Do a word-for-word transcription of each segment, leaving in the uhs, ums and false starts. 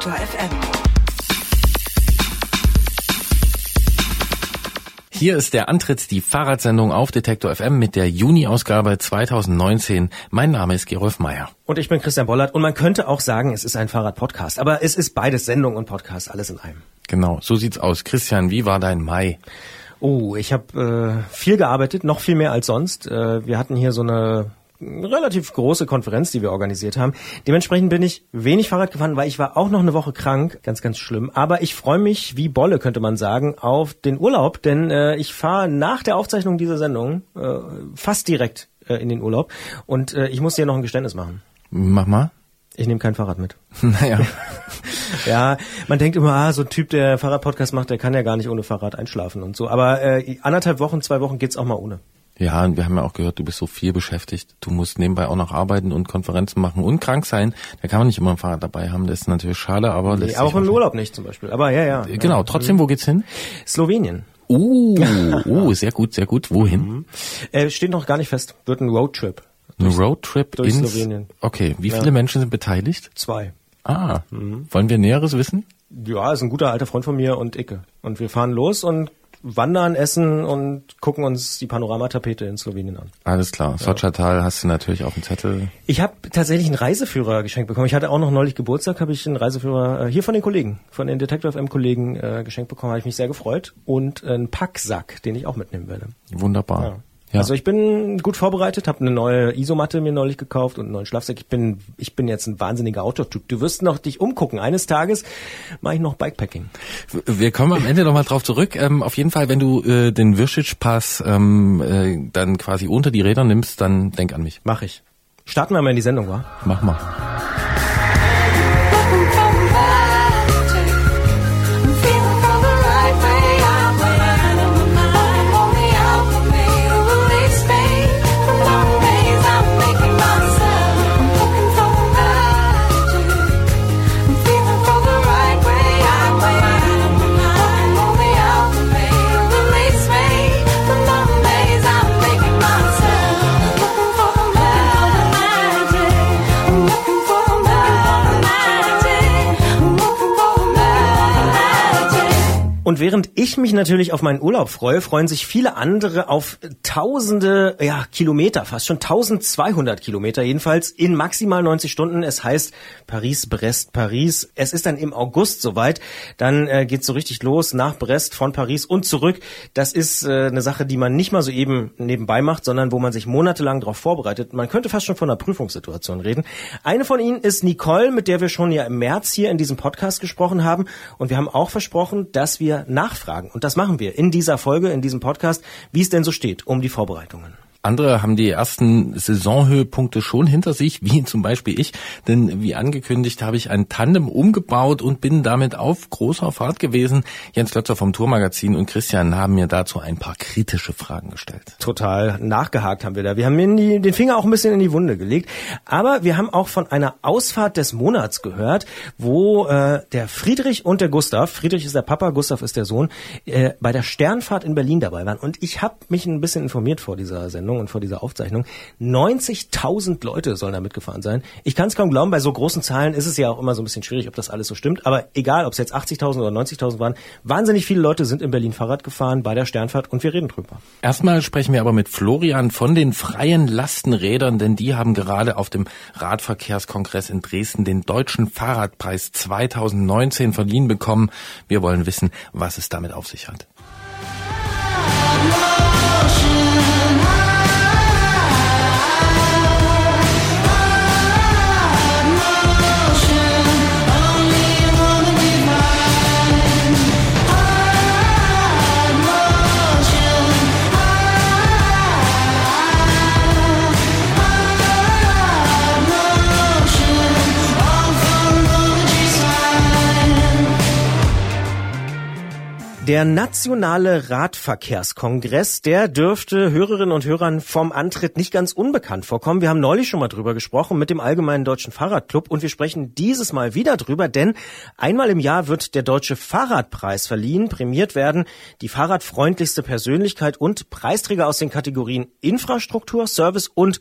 Detektor F M. Hier ist der Antritt, die Fahrradsendung auf Detektor F M mit der Juni-Ausgabe zweitausendneunzehn. Mein Name ist Gerolf Meyer. Und ich bin Christian Bollert und man könnte auch sagen, es ist ein Fahrrad-Podcast. Aber es ist beides, Sendung und Podcast, alles in einem. Genau, so sieht's aus. Christian, wie war dein Mai? Oh, ich habe äh, viel gearbeitet, noch viel mehr als sonst. Äh, wir hatten hier so eine relativ große Konferenz, die wir organisiert haben. Dementsprechend bin ich wenig Fahrrad gefahren, weil ich war auch noch eine Woche krank. Ganz, ganz schlimm. Aber ich freue mich wie Bolle, könnte man sagen, auf den Urlaub. Denn äh, ich fahre nach der Aufzeichnung dieser Sendung äh, fast direkt äh, in den Urlaub. Und äh, ich muss dir noch ein Geständnis machen. Mach mal. Ich nehme kein Fahrrad mit. Naja. Ja, man denkt immer, ah, so ein Typ, der Fahrradpodcast macht, der kann ja gar nicht ohne Fahrrad einschlafen und so. Aber äh, anderthalb Wochen, zwei Wochen geht's auch mal ohne. Ja, und wir haben ja auch gehört, du bist so viel beschäftigt. Du musst nebenbei auch noch arbeiten und Konferenzen machen und krank sein. Da kann man nicht immer ein Fahrrad dabei haben. Das ist natürlich schade, aber... Nee, auch im Urlaub nicht zum Beispiel. Aber ja, ja. Genau, ja. Trotzdem, wo geht's hin? Slowenien. Oh, oh, sehr gut, sehr gut. Wohin? Mhm. Äh, steht noch gar nicht fest. Wird ein Roadtrip. Ein Roadtrip durch ins... Slowenien. Okay, wie viele ja. Menschen sind beteiligt? Zwei. Ah, mhm. Wollen wir Näheres wissen? Ja, ist ein guter alter Freund von mir und Icke. Und wir fahren los und wandern, essen und gucken uns die Panoramatapete in Slowenien an. Alles klar. Sotschatal hast du natürlich auf dem Zettel. Ich habe tatsächlich einen Reiseführer geschenkt bekommen. Ich hatte auch noch neulich Geburtstag, habe ich einen Reiseführer äh, hier von den Kollegen, von den Detektor F M Kollegen äh, geschenkt bekommen. Habe ich mich sehr gefreut. Und einen Packsack, den ich auch mitnehmen werde. Wunderbar. Ja. Ja. Also ich bin gut vorbereitet, habe eine neue Isomatte mir neulich gekauft und einen neuen Schlafsack. Ich bin ich bin jetzt ein wahnsinniger Outdoor-Typ. Du wirst noch dich umgucken. Eines Tages mache ich noch Bikepacking. Wir kommen am Ende nochmal drauf zurück. Ähm, auf jeden Fall, wenn du äh, den Vršić-Pass ähm, äh, dann quasi unter die Räder nimmst, dann denk an mich. Mach ich. Starten wir mal in die Sendung, wa? Mach mal. Und während ich mich natürlich auf meinen Urlaub freue, freuen sich viele andere auf tausende ja, Kilometer, fast schon tausendzweihundert Kilometer jedenfalls in maximal neunzig Stunden. Es heißt Paris, Brest, Paris. Es ist dann im August soweit. Dann äh, geht's so richtig los nach Brest, von Paris und zurück. Das ist äh, eine Sache, die man nicht mal so eben nebenbei macht, sondern wo man sich monatelang darauf vorbereitet. Man könnte fast schon von einer Prüfungssituation reden. Eine von ihnen ist Nicole, mit der wir schon ja im März hier in diesem Podcast gesprochen haben. Und wir haben auch versprochen, dass wir nachfragen. Und das machen wir in dieser Folge, in diesem Podcast, wie es denn so steht um die Vorbereitungen. Andere haben die ersten Saisonhöhepunkte schon hinter sich, wie zum Beispiel ich. Denn wie angekündigt habe ich ein Tandem umgebaut und bin damit auf großer Fahrt gewesen. Jens Lötzer vom Tourmagazin und Christian haben mir dazu ein paar kritische Fragen gestellt. Total nachgehakt haben wir da. Wir haben in die, den Finger auch ein bisschen in die Wunde gelegt. Aber wir haben auch von einer Ausfahrt des Monats gehört, wo äh, der Friedrich und der Gustav, Friedrich ist der Papa, Gustav ist der Sohn, äh, bei der Sternfahrt in Berlin dabei waren. Und ich habe mich ein bisschen informiert vor dieser Sendung und vor dieser Aufzeichnung. neunzigtausend Leute sollen da mitgefahren sein. Ich kann es kaum glauben, bei so großen Zahlen ist es ja auch immer so ein bisschen schwierig, ob das alles so stimmt. Aber egal, ob es jetzt achtzigtausend oder neunzigtausend waren, wahnsinnig viele Leute sind in Berlin Fahrrad gefahren bei der Sternfahrt und wir reden drüber. Erstmal sprechen wir aber mit Florian von den Freien Lastenrädern, denn die haben gerade auf dem Radverkehrskongress in Dresden den Deutschen Fahrradpreis zweitausendneunzehn verliehen bekommen. Wir wollen wissen, was es damit auf sich hat. Der Nationale Radverkehrskongress, der dürfte Hörerinnen und Hörern vom Antritt nicht ganz unbekannt vorkommen. Wir haben neulich schon mal drüber gesprochen mit dem Allgemeinen Deutschen Fahrradclub und wir sprechen dieses Mal wieder drüber, denn einmal im Jahr wird der Deutsche Fahrradpreis verliehen. Prämiert werden die fahrradfreundlichste Persönlichkeit und Preisträger aus den Kategorien Infrastruktur, Service und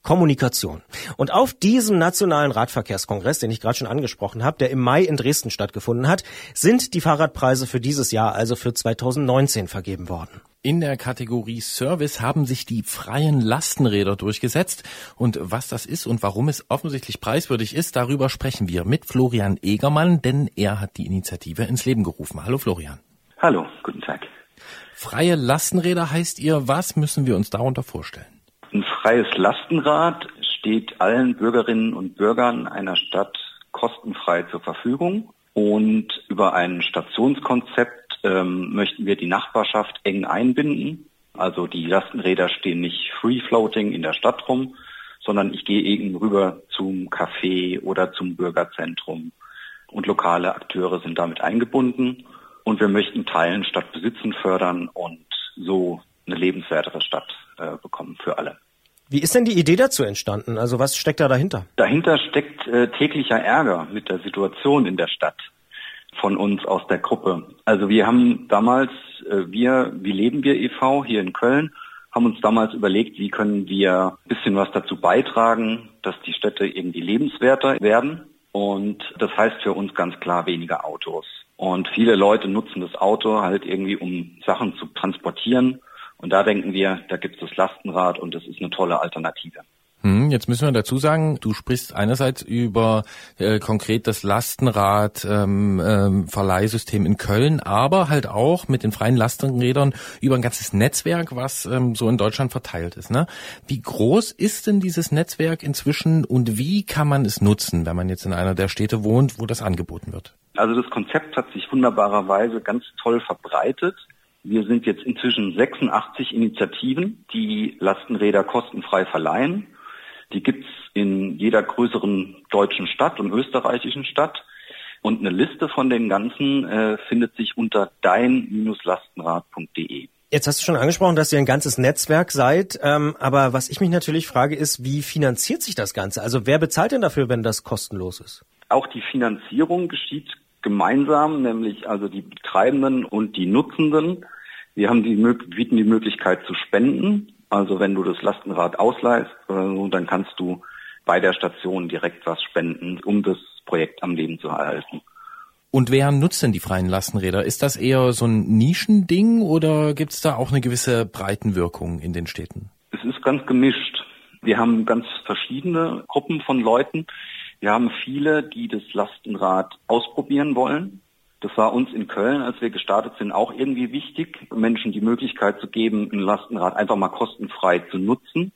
Kommunikation. Und auf diesem nationalen Radverkehrskongress, den ich gerade schon angesprochen habe, der im Mai in Dresden stattgefunden hat, sind die Fahrradpreise für dieses Jahr, also für zweitausendneunzehn, vergeben worden. In der Kategorie Service haben sich die freien Lastenräder durchgesetzt. Und was das ist und warum es offensichtlich preiswürdig ist, darüber sprechen wir mit Florian Egermann, denn er hat die Initiative ins Leben gerufen. Hallo Florian. Hallo, guten Tag. Freie Lastenräder heißt ihr, was müssen wir uns darunter vorstellen? Ein freies Lastenrad steht allen Bürgerinnen und Bürgern einer Stadt kostenfrei zur Verfügung. Und über ein Stationskonzept ähm, möchten wir die Nachbarschaft eng einbinden. Also die Lastenräder stehen nicht free-floating in der Stadt rum, sondern ich gehe eben rüber zum Café oder zum Bürgerzentrum. Und lokale Akteure sind damit eingebunden. Und wir möchten Teilen statt Besitzen fördern und so eine lebenswertere Stadt äh, bekommen für alle. Wie ist denn die Idee dazu entstanden? Also was steckt da dahinter? Dahinter steckt äh, täglicher Ärger mit der Situation in der Stadt von uns aus der Gruppe. Also wir haben damals, äh, wir, wie leben wir e V hier in Köln, haben uns damals überlegt, wie können wir ein bisschen was dazu beitragen, dass die Städte irgendwie lebenswerter werden. Und das heißt für uns ganz klar weniger Autos. Und viele Leute nutzen das Auto halt irgendwie, um Sachen zu transportieren. Und da denken wir, da gibt es das Lastenrad und das ist eine tolle Alternative. Hm, jetzt müssen wir dazu sagen, du sprichst einerseits über äh, konkret das Lastenrad ähm, ähm, Verleihsystem in Köln, aber halt auch mit den freien Lastenrädern über ein ganzes Netzwerk, was ähm, so in Deutschland verteilt ist. Ne? Wie groß ist denn dieses Netzwerk inzwischen und wie kann man es nutzen, wenn man jetzt in einer der Städte wohnt, wo das angeboten wird? Also das Konzept hat sich wunderbarerweise ganz toll verbreitet. Wir sind jetzt inzwischen sechsundachtzig Initiativen, die Lastenräder kostenfrei verleihen. Die gibt's in jeder größeren deutschen Stadt und österreichischen Stadt. Und eine Liste von den ganzen äh, findet sich unter dein Lastenrad punkt de. Jetzt hast du schon angesprochen, dass ihr ein ganzes Netzwerk seid. Ähm, aber was ich mich natürlich frage, ist, wie finanziert sich das Ganze? Also wer bezahlt denn dafür, wenn das kostenlos ist? Auch die Finanzierung geschieht gemeinsam, nämlich also die Betreibenden und die Nutzenden. Wir haben die, bieten die Möglichkeit zu spenden. Also wenn du das Lastenrad ausleihst, dann kannst du bei der Station direkt was spenden, um das Projekt am Leben zu erhalten. Und wer nutzt denn die freien Lastenräder? Ist das eher so ein Nischending oder gibt es da auch eine gewisse Breitenwirkung in den Städten? Es ist ganz gemischt. Wir haben ganz verschiedene Gruppen von Leuten. Wir haben viele, die das Lastenrad ausprobieren wollen. Das war uns in Köln, als wir gestartet sind, auch irgendwie wichtig, Menschen die Möglichkeit zu geben, ein Lastenrad einfach mal kostenfrei zu nutzen.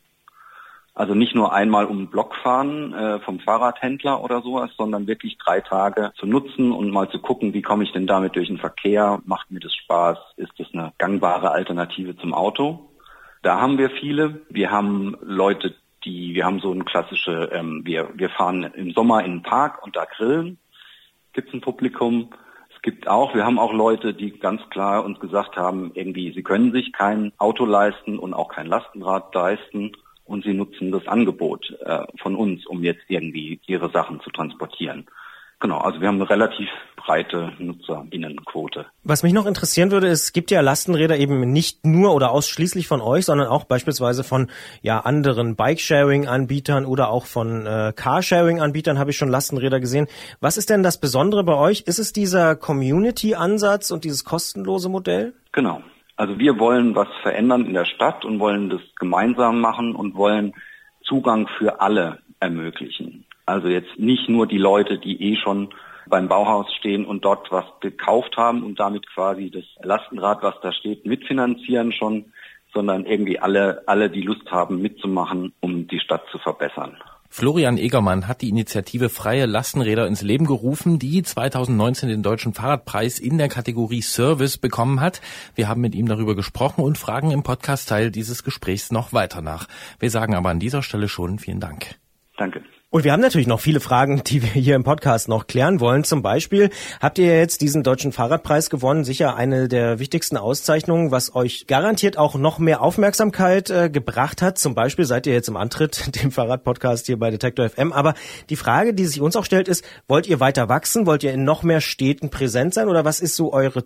Also nicht nur einmal um den Block fahren äh, vom Fahrradhändler oder sowas, sondern wirklich drei Tage zu nutzen und mal zu gucken, wie komme ich denn damit durch den Verkehr, macht mir das Spaß, ist das eine gangbare Alternative zum Auto? Da haben wir viele. Wir haben Leute, die, wir haben so ein klassische, ähm, wir, wir fahren im Sommer in den Park und da grillen, gibt's ein Publikum. Es gibt auch, wir haben auch Leute, die ganz klar uns gesagt haben, irgendwie, sie können sich kein Auto leisten und auch kein Lastenrad leisten und sie nutzen das Angebot äh, von uns, um jetzt irgendwie ihre Sachen zu transportieren. Genau, also wir haben eine relativ breite NutzerInnenquote. Was mich noch interessieren würde, es gibt ja Lastenräder eben nicht nur oder ausschließlich von euch, sondern auch beispielsweise von ja anderen Bike-Sharing-Anbietern oder auch von äh, Car-Sharing-Anbietern habe ich schon Lastenräder gesehen. Was ist denn das Besondere bei euch? Ist es dieser Community-Ansatz und dieses kostenlose Modell? Genau. Also wir wollen was verändern in der Stadt und wollen das gemeinsam machen und wollen Zugang für alle ermöglichen. Also jetzt nicht nur die Leute, die eh schon beim Bauhaus stehen und dort was gekauft haben und damit quasi das Lastenrad, was da steht, mitfinanzieren schon, sondern irgendwie alle, alle, die Lust haben, mitzumachen, um die Stadt zu verbessern. Florian Egermann hat die Initiative Freie Lastenräder ins Leben gerufen, die zweitausendneunzehn den Deutschen Fahrradpreis in der Kategorie Service bekommen hat. Wir haben mit ihm darüber gesprochen und fragen im Podcast-Teil dieses Gesprächs noch weiter nach. Wir sagen aber an dieser Stelle schon vielen Dank. Danke. Und wir haben natürlich noch viele Fragen, die wir hier im Podcast noch klären wollen. Zum Beispiel habt ihr jetzt diesen Deutschen Fahrradpreis gewonnen, sicher eine der wichtigsten Auszeichnungen, was euch garantiert auch noch mehr Aufmerksamkeit äh, gebracht hat. Zum Beispiel seid ihr jetzt im Antritt, dem Fahrradpodcast hier bei Detektor F M. Aber die Frage, die sich uns auch stellt, ist, wollt ihr weiter wachsen? Wollt ihr in noch mehr Städten präsent sein? Oder was ist so eure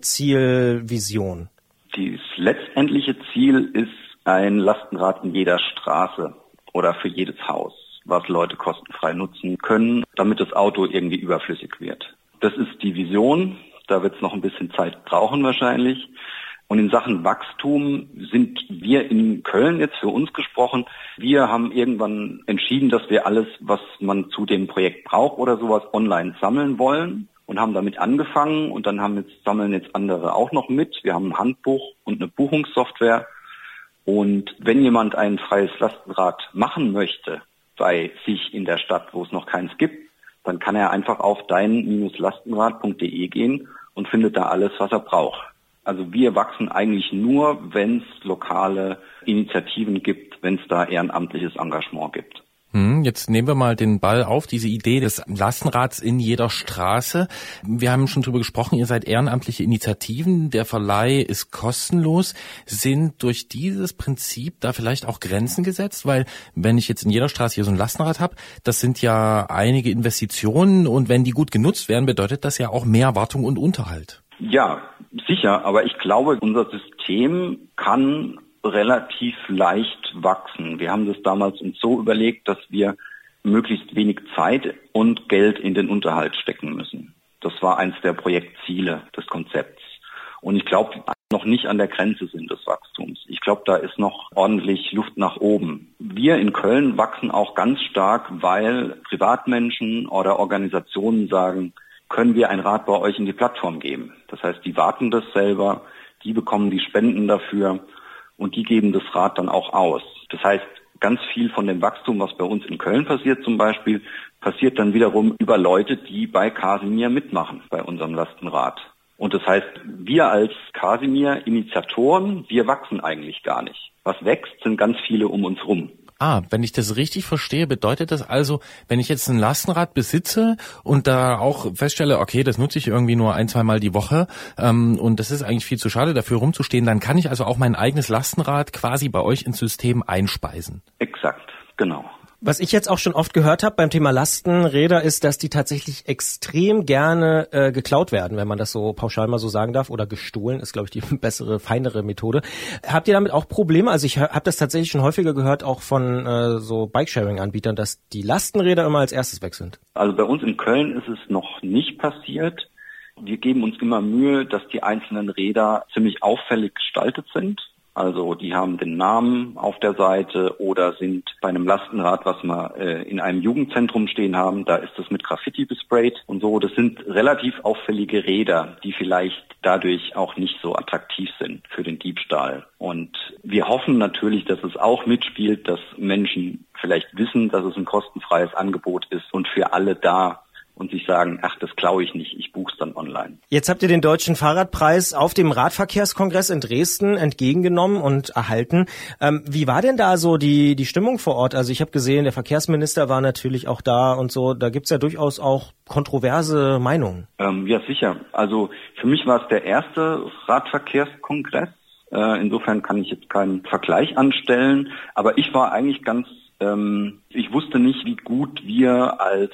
Zielvision? Das letztendliche Ziel ist ein Lastenrad in jeder Straße. oder für jedes Haus, was Leute kostenfrei nutzen können, damit das Auto irgendwie überflüssig wird. Das ist die Vision. Da wird es noch ein bisschen Zeit brauchen wahrscheinlich. Und in Sachen Wachstum sind wir in Köln jetzt für uns gesprochen. Wir haben irgendwann entschieden, dass wir alles, was man zu dem Projekt braucht oder sowas, online sammeln wollen und haben damit angefangen. Und dann haben jetzt, sammeln jetzt andere auch noch mit. Wir haben ein Handbuch und eine Buchungssoftware. Und wenn jemand ein freies Lastenrad machen möchte bei sich in der Stadt, wo es noch keins gibt, dann kann er einfach auf dein Bindestrich lastenrad punkt de gehen und findet da alles, was er braucht. Also wir wachsen eigentlich nur, wenn es lokale Initiativen gibt, wenn es da ehrenamtliches Engagement gibt. Hm, jetzt nehmen wir mal den Ball auf, diese Idee des Lastenrads in jeder Straße. Wir haben schon drüber gesprochen, ihr seid ehrenamtliche Initiativen, der Verleih ist kostenlos. Sind durch dieses Prinzip da vielleicht auch Grenzen gesetzt? Weil wenn ich jetzt in jeder Straße hier so ein Lastenrad habe, das sind ja einige Investitionen und wenn die gut genutzt werden, bedeutet das ja auch mehr Wartung und Unterhalt. Ja, sicher, aber ich glaube, unser System kann relativ leicht wachsen. Wir haben das damals uns so überlegt, dass wir möglichst wenig Zeit und Geld in den Unterhalt stecken müssen. Das war eins der Projektziele des Konzepts. Und ich glaube, noch nicht an der Grenze sind des Wachstums. Ich glaube, da ist noch ordentlich Luft nach oben. Wir in Köln wachsen auch ganz stark, weil Privatmenschen oder Organisationen sagen, können wir ein Rad bei euch in die Plattform geben. Das heißt, die warten das selber, die bekommen die Spenden dafür und die geben das Rad dann auch aus. Das heißt, ganz viel von dem Wachstum, was bei uns in Köln passiert zum Beispiel, passiert dann wiederum über Leute, die bei Casimir mitmachen, bei unserem Lastenrad. Und das heißt, wir als Casimir-Initiatoren, wir wachsen eigentlich gar nicht. Was wächst, sind ganz viele um uns rum. Ah, wenn ich das richtig verstehe, bedeutet das also, wenn ich jetzt ein Lastenrad besitze und da auch feststelle, okay, das nutze ich irgendwie nur ein, zwei Mal die Woche ähm, und das ist eigentlich viel zu schade, dafür rumzustehen, dann kann ich also auch mein eigenes Lastenrad quasi bei euch ins System einspeisen. Exakt, genau. Was ich jetzt auch schon oft gehört habe beim Thema Lastenräder ist, dass die tatsächlich extrem gerne äh, geklaut werden, wenn man das so pauschal mal so sagen darf, oder gestohlen ist, glaube ich, die bessere, feinere Methode. Habt ihr damit auch Probleme? Also ich habe das tatsächlich schon häufiger gehört, auch von äh, so Bikesharing-Anbietern, dass die Lastenräder immer als erstes weg sind. Also bei uns in Köln ist es noch nicht passiert. Wir geben uns immer Mühe, dass die einzelnen Räder ziemlich auffällig gestaltet sind. Also die haben den Namen auf der Seite oder sind bei einem Lastenrad, was wir äh, in einem Jugendzentrum stehen haben, da ist das mit Graffiti besprayt und so. Das sind relativ auffällige Räder, die vielleicht dadurch auch nicht so attraktiv sind für den Diebstahl. Und wir hoffen natürlich, dass es auch mitspielt, dass Menschen vielleicht wissen, dass es ein kostenfreies Angebot ist und für alle da und sich sagen, ach, das klaue ich nicht, ich buch's dann online. Jetzt habt ihr den Deutschen Fahrradpreis auf dem Radverkehrskongress in Dresden entgegengenommen und erhalten. Ähm, wie war denn da so die die Stimmung vor Ort? Also ich habe gesehen, der Verkehrsminister war natürlich auch da und so. Da gibt's ja durchaus auch kontroverse Meinungen. Ähm, ja, sicher. Also für mich war es der erste Radverkehrskongress. Äh, insofern kann ich jetzt keinen Vergleich anstellen. Aber ich war eigentlich ganz Ich wusste nicht, wie gut wir als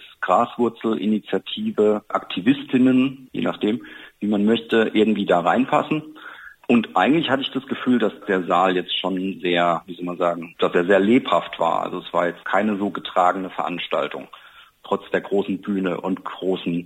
Graswurzelinitiative, Aktivistinnen, je nachdem, wie man möchte, irgendwie da reinpassen. Und eigentlich hatte ich das Gefühl, dass der Saal jetzt schon sehr, wie soll man sagen, dass er sehr lebhaft war. Also es war jetzt keine so getragene Veranstaltung, trotz der großen Bühne und großen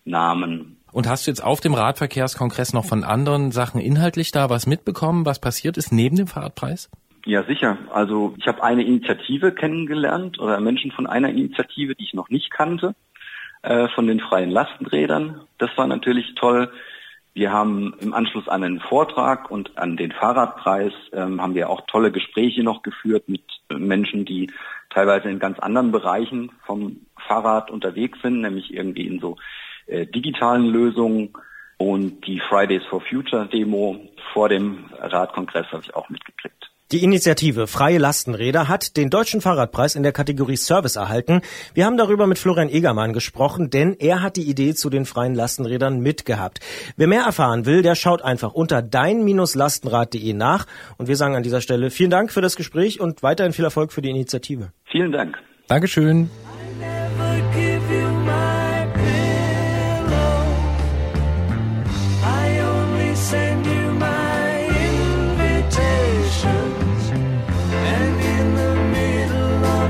Namen. Und hast du jetzt auf dem Radverkehrskongress noch von anderen Sachen inhaltlich da was mitbekommen, was passiert ist neben dem Fahrradpreis? Ja, sicher. Also ich habe eine Initiative kennengelernt oder Menschen von einer Initiative, die ich noch nicht kannte, äh, von den freien Lastenrädern. Das war natürlich toll. Wir haben im Anschluss an einen Vortrag und an den Fahrradpreis ähm, haben wir auch tolle Gespräche noch geführt mit Menschen, die teilweise in ganz anderen Bereichen vom Fahrrad unterwegs sind, nämlich irgendwie in so äh, digitalen Lösungen. Und die Fridays for Future Demo vor dem Radkongress habe ich auch mitgekriegt. Die Initiative Freie Lastenräder hat den Deutschen Fahrradpreis in der Kategorie Service erhalten. Wir haben darüber mit Florian Egermann gesprochen, denn er hat die Idee zu den freien Lastenrädern mitgehabt. Wer mehr erfahren will, der schaut einfach unter dein Bindestrich lastenrad punkt de nach. Und wir sagen an dieser Stelle vielen Dank für das Gespräch und weiterhin viel Erfolg für die Initiative. Vielen Dank. Dankeschön. And in the middle of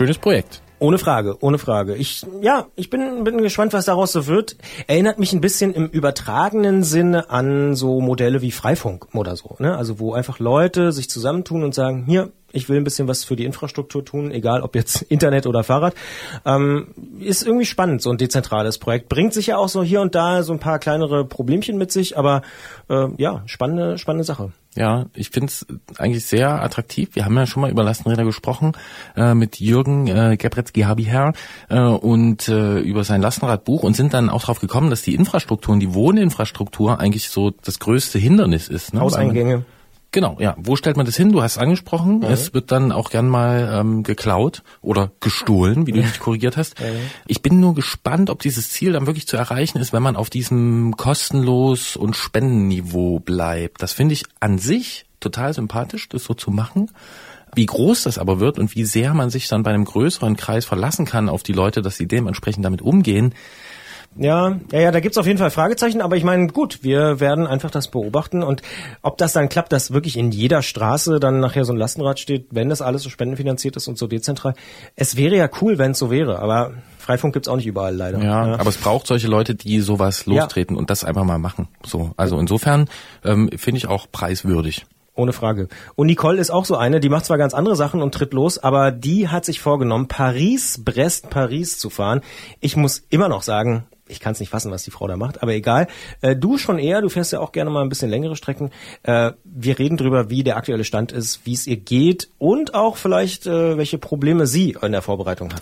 schönes Projekt. Ohne Frage, ohne Frage. Ich, ja, ich bin, bin gespannt, was daraus so wird. Erinnert mich ein bisschen im übertragenen Sinne an so Modelle wie Freifunk oder so, ne? Also wo einfach Leute sich zusammentun und sagen, hier, ich will ein bisschen was für die Infrastruktur tun, egal ob jetzt Internet oder Fahrrad. Ähm, ist irgendwie spannend, so ein dezentrales Projekt. Bringt sich ja auch so hier und da so ein paar kleinere Problemchen mit sich, aber äh, ja, spannende, spannende Sache. Ja, ich finde es eigentlich sehr attraktiv. Wir haben ja schon mal über Lastenräder gesprochen äh, mit Jürgen äh, Gebretzky-Habiher äh, und äh, über sein Lastenradbuch und sind dann auch drauf gekommen, dass die Infrastruktur und die Wohninfrastruktur eigentlich so das größte Hindernis ist. Ne? Hauseingänge. Genau, ja. Wo stellt man das hin? Du hast es angesprochen. Mhm. Es wird dann auch gern mal ähm, geklaut oder gestohlen, wie du dich korrigiert hast. Mhm. Ich bin nur gespannt, ob dieses Ziel dann wirklich zu erreichen ist, wenn man auf diesem kostenlos und Spendenniveau bleibt. Das finde ich an sich total sympathisch, das so zu machen. Wie groß das aber wird und wie sehr man sich dann bei einem größeren Kreis verlassen kann auf die Leute, dass sie dementsprechend damit umgehen. Ja, ja, ja, da gibt's auf jeden Fall Fragezeichen, aber ich meine, gut, wir werden einfach das beobachten und ob das dann klappt, dass wirklich in jeder Straße dann nachher so ein Lastenrad steht, wenn das alles so spendenfinanziert ist und so dezentral. Es wäre ja cool, wenn es so wäre, aber Freifunk gibt's auch nicht überall leider. Ja, ja, aber es braucht solche Leute, die sowas lostreten ja. und das einfach mal machen. So, also insofern ähm, finde ich auch preiswürdig. Ohne Frage. Und Nicole ist auch so eine, die macht zwar ganz andere Sachen und tritt los, aber die hat sich vorgenommen, Paris, Brest, Paris zu fahren. Ich muss immer noch sagen, ich kann es nicht fassen, was die Frau da macht, aber egal. Äh, du schon eher, du fährst ja auch gerne mal ein bisschen längere Strecken. Äh, wir reden drüber, wie der aktuelle Stand ist, wie es ihr geht und auch vielleicht, äh, welche Probleme sie in der Vorbereitung hat.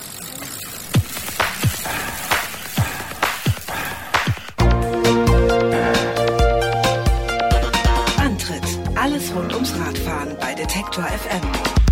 Antritt. Alles rund ums Radfahren bei Detektor F M.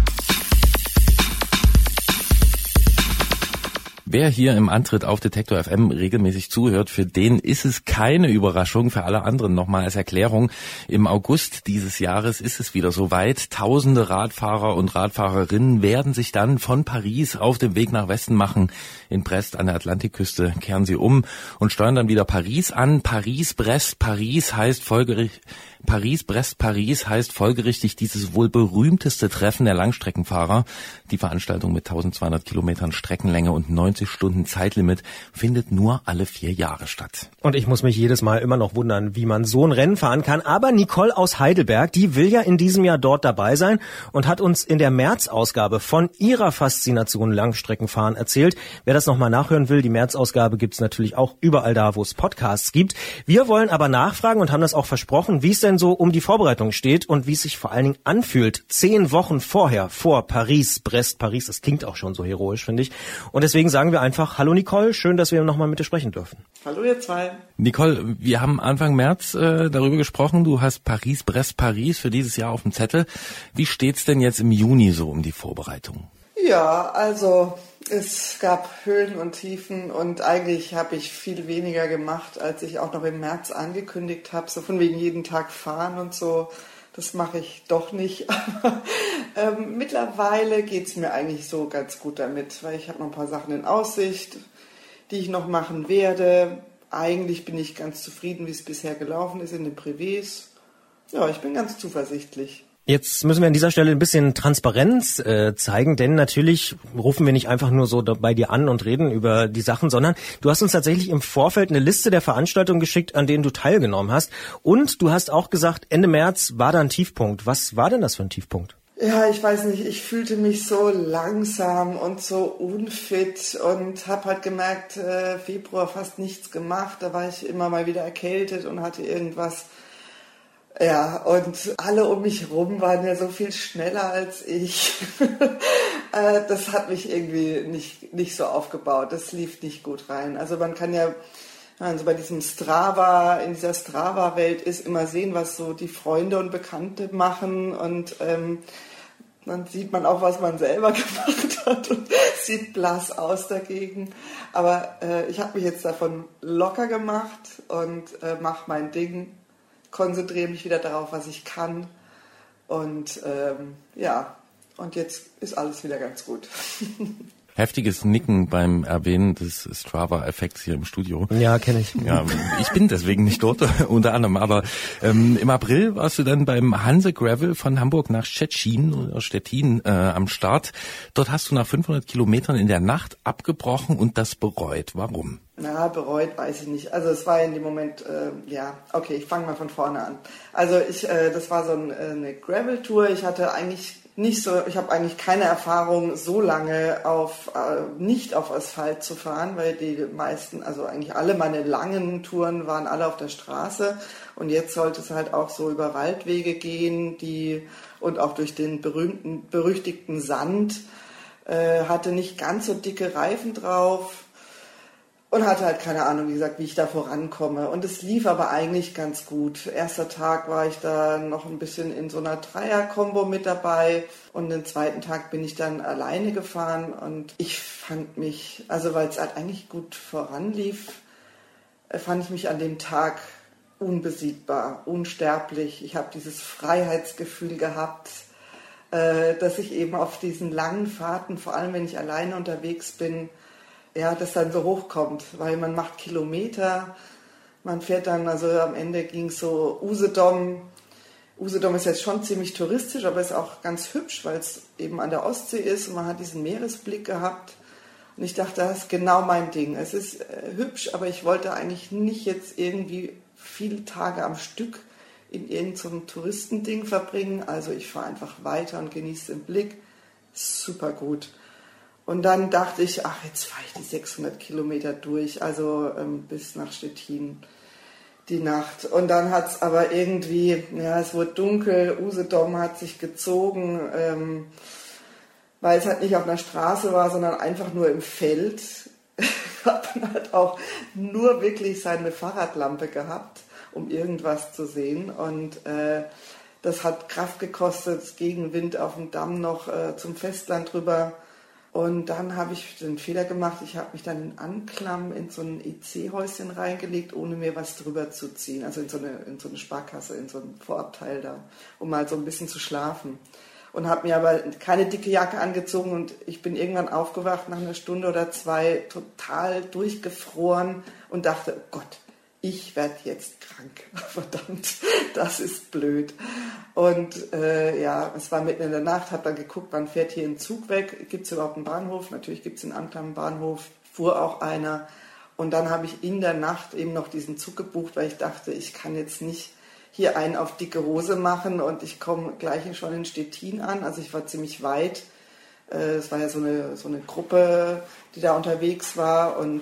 Wer hier im Antritt auf Detektor F M regelmäßig zuhört, für den ist es keine Überraschung. Für alle anderen nochmal als Erklärung. Im August dieses Jahres ist es wieder soweit. Tausende Radfahrer und Radfahrerinnen werden sich dann von Paris auf dem Weg nach Westen machen. In Brest an der Atlantikküste kehren sie um und steuern dann wieder Paris an. Paris, Brest, Paris heißt folgerichtig, Paris, Brest, Paris heißt folgerichtig dieses wohl berühmteste Treffen der Langstreckenfahrer. Die Veranstaltung mit eintausendzweihundert Kilometern Streckenlänge und neunzig Stunden Zeitlimit findet nur alle vier Jahre statt. Und ich muss mich jedes Mal immer noch wundern, wie man so ein Rennen fahren kann. Aber Nicole aus Heidelberg, die will ja in diesem Jahr dort dabei sein und hat uns in der März-Ausgabe von ihrer Faszination Langstreckenfahren erzählt. Wer das nochmal nachhören will, die März-Ausgabe gibt's natürlich auch überall da, wo es Podcasts gibt. Wir wollen aber nachfragen und haben das auch versprochen, wie es denn so um die Vorbereitung steht und wie es sich vor allen Dingen anfühlt. Zehn Wochen vorher, vor Paris, Brest, Paris. Das klingt auch schon so heroisch, finde ich. Und deswegen sagen wir einfach, hallo Nicole, schön, dass wir nochmal mit dir sprechen dürfen. Hallo ihr zwei. Nicole, wir haben Anfang März äh, darüber gesprochen. Du hast Paris, Brest, Paris für dieses Jahr auf dem Zettel. Wie steht's denn jetzt im Juni so um die Vorbereitung? Ja, also es gab Höhen und Tiefen und eigentlich habe ich viel weniger gemacht, als ich auch noch im März angekündigt habe. So von wegen jeden Tag fahren und so. Das mache ich doch nicht. Aber ähm, mittlerweile geht's mir eigentlich so ganz gut damit, weil ich habe noch ein paar Sachen in Aussicht, die ich noch machen werde. Eigentlich bin ich ganz zufrieden, wie es bisher gelaufen ist in den Privés. Ja, ich bin ganz zuversichtlich. Jetzt müssen wir an dieser Stelle ein bisschen Transparenz äh, zeigen, denn natürlich rufen wir nicht einfach nur so bei dir an und reden über die Sachen, sondern du hast uns tatsächlich im Vorfeld eine Liste der Veranstaltungen geschickt, an denen du teilgenommen hast. Und du hast auch gesagt, Ende März war da ein Tiefpunkt. Was war denn das für ein Tiefpunkt? Ja, ich weiß nicht, ich fühlte mich so langsam und so unfit und habe halt gemerkt, äh, Februar fast nichts gemacht. Da war ich immer mal wieder erkältet und hatte irgendwas. Ja, und alle um mich rum waren ja so viel schneller als ich. Das hat mich irgendwie nicht, nicht so aufgebaut. Das lief nicht gut rein. Also man kann ja also bei diesem Strava, in dieser Strava-Welt ist, immer sehen, was so die Freunde und Bekannte machen. Und ähm, dann sieht man auch, was man selber gemacht hat und sieht blass aus dagegen. Aber äh, ich habe mich jetzt davon locker gemacht und äh, mache mein Ding. Konzentriere mich wieder darauf, was ich kann und ähm, ja, und jetzt ist alles wieder ganz gut. Heftiges Nicken beim Erwähnen des Strava-Effekts hier im Studio. Ja, kenne ich. Ja, ich bin deswegen nicht dort, unter anderem. Aber ähm, im April warst du dann beim Hanse Gravel von Hamburg nach Stettin oder Stettin äh, am Start. Dort hast du nach fünfhundert Kilometern in der Nacht abgebrochen und das bereut. Warum? Na, bereut weiß ich nicht. Also es war in dem Moment, äh, ja, okay, ich fange mal von vorne an. Also ich, äh, das war so ein, äh, eine Gravel-Tour. Ich hatte eigentlich nicht so, ich habe eigentlich keine Erfahrung, so lange auf äh, nicht auf Asphalt zu fahren, weil die meisten, also eigentlich alle meine langen Touren waren alle auf der Straße und jetzt sollte es halt auch so über Waldwege gehen, die und auch durch den berühmten, berüchtigten Sand, äh, hatte nicht ganz so dicke Reifen drauf. Und hatte halt keine Ahnung, wie gesagt, wie ich da vorankomme. Und es lief aber eigentlich ganz gut. Erster Tag war ich da noch ein bisschen in so einer Dreier-Kombo mit dabei. Und den zweiten Tag bin ich dann alleine gefahren. Und ich fand mich, also weil es halt eigentlich gut voranlief, fand ich mich an dem Tag unbesiegbar, unsterblich. Ich habe dieses Freiheitsgefühl gehabt, äh, dass ich eben auf diesen langen Fahrten, vor allem wenn ich alleine unterwegs bin, ja, das dann so hochkommt, weil man macht Kilometer, man fährt dann, also am Ende ging es so Usedom. Usedom ist jetzt schon ziemlich touristisch, aber ist auch ganz hübsch, weil es eben an der Ostsee ist und man hat diesen Meeresblick gehabt. Und ich dachte, das ist genau mein Ding. Es ist äh, hübsch, aber ich wollte eigentlich nicht jetzt irgendwie viele Tage am Stück in irgendeinem Touristending verbringen. Also ich fahre einfach weiter und genieße den Blick. Super gut. Und dann dachte ich, ach, jetzt fahre ich die sechshundert Kilometer durch, also ähm, bis nach Stettin die Nacht. Und dann hat es aber irgendwie, ja, es wurde dunkel, Usedom hat sich gezogen, ähm, weil es halt nicht auf einer Straße war, sondern einfach nur im Feld. Hat man halt auch nur wirklich seine Fahrradlampe gehabt, um irgendwas zu sehen. Und äh, das hat Kraft gekostet, Gegenwind auf dem Damm noch äh, zum Festland drüber. Und dann habe ich den Fehler gemacht, ich habe mich dann in Anklam in so ein E C-Häuschen reingelegt, ohne mir was drüber zu ziehen. Also in so eine, in so eine Sparkasse, in so ein Vorabteil da, um mal so ein bisschen zu schlafen. Und habe mir aber keine dicke Jacke angezogen und ich bin irgendwann aufgewacht nach einer Stunde oder zwei, total durchgefroren und dachte, oh Gott, ich werde jetzt krank. Verdammt, das ist blöd. Und äh, ja, es war mitten in der Nacht, habe dann geguckt, wann fährt hier ein Zug weg? Gibt es überhaupt einen Bahnhof? Natürlich gibt es in Anklam einen Bahnhof, fuhr auch einer. Und dann habe ich in der Nacht eben noch diesen Zug gebucht, weil ich dachte, ich kann jetzt nicht hier einen auf dicke Hose machen und ich komme gleich schon in Stettin an. Also ich war ziemlich weit. Es war ja so eine, so eine Gruppe, die da unterwegs war und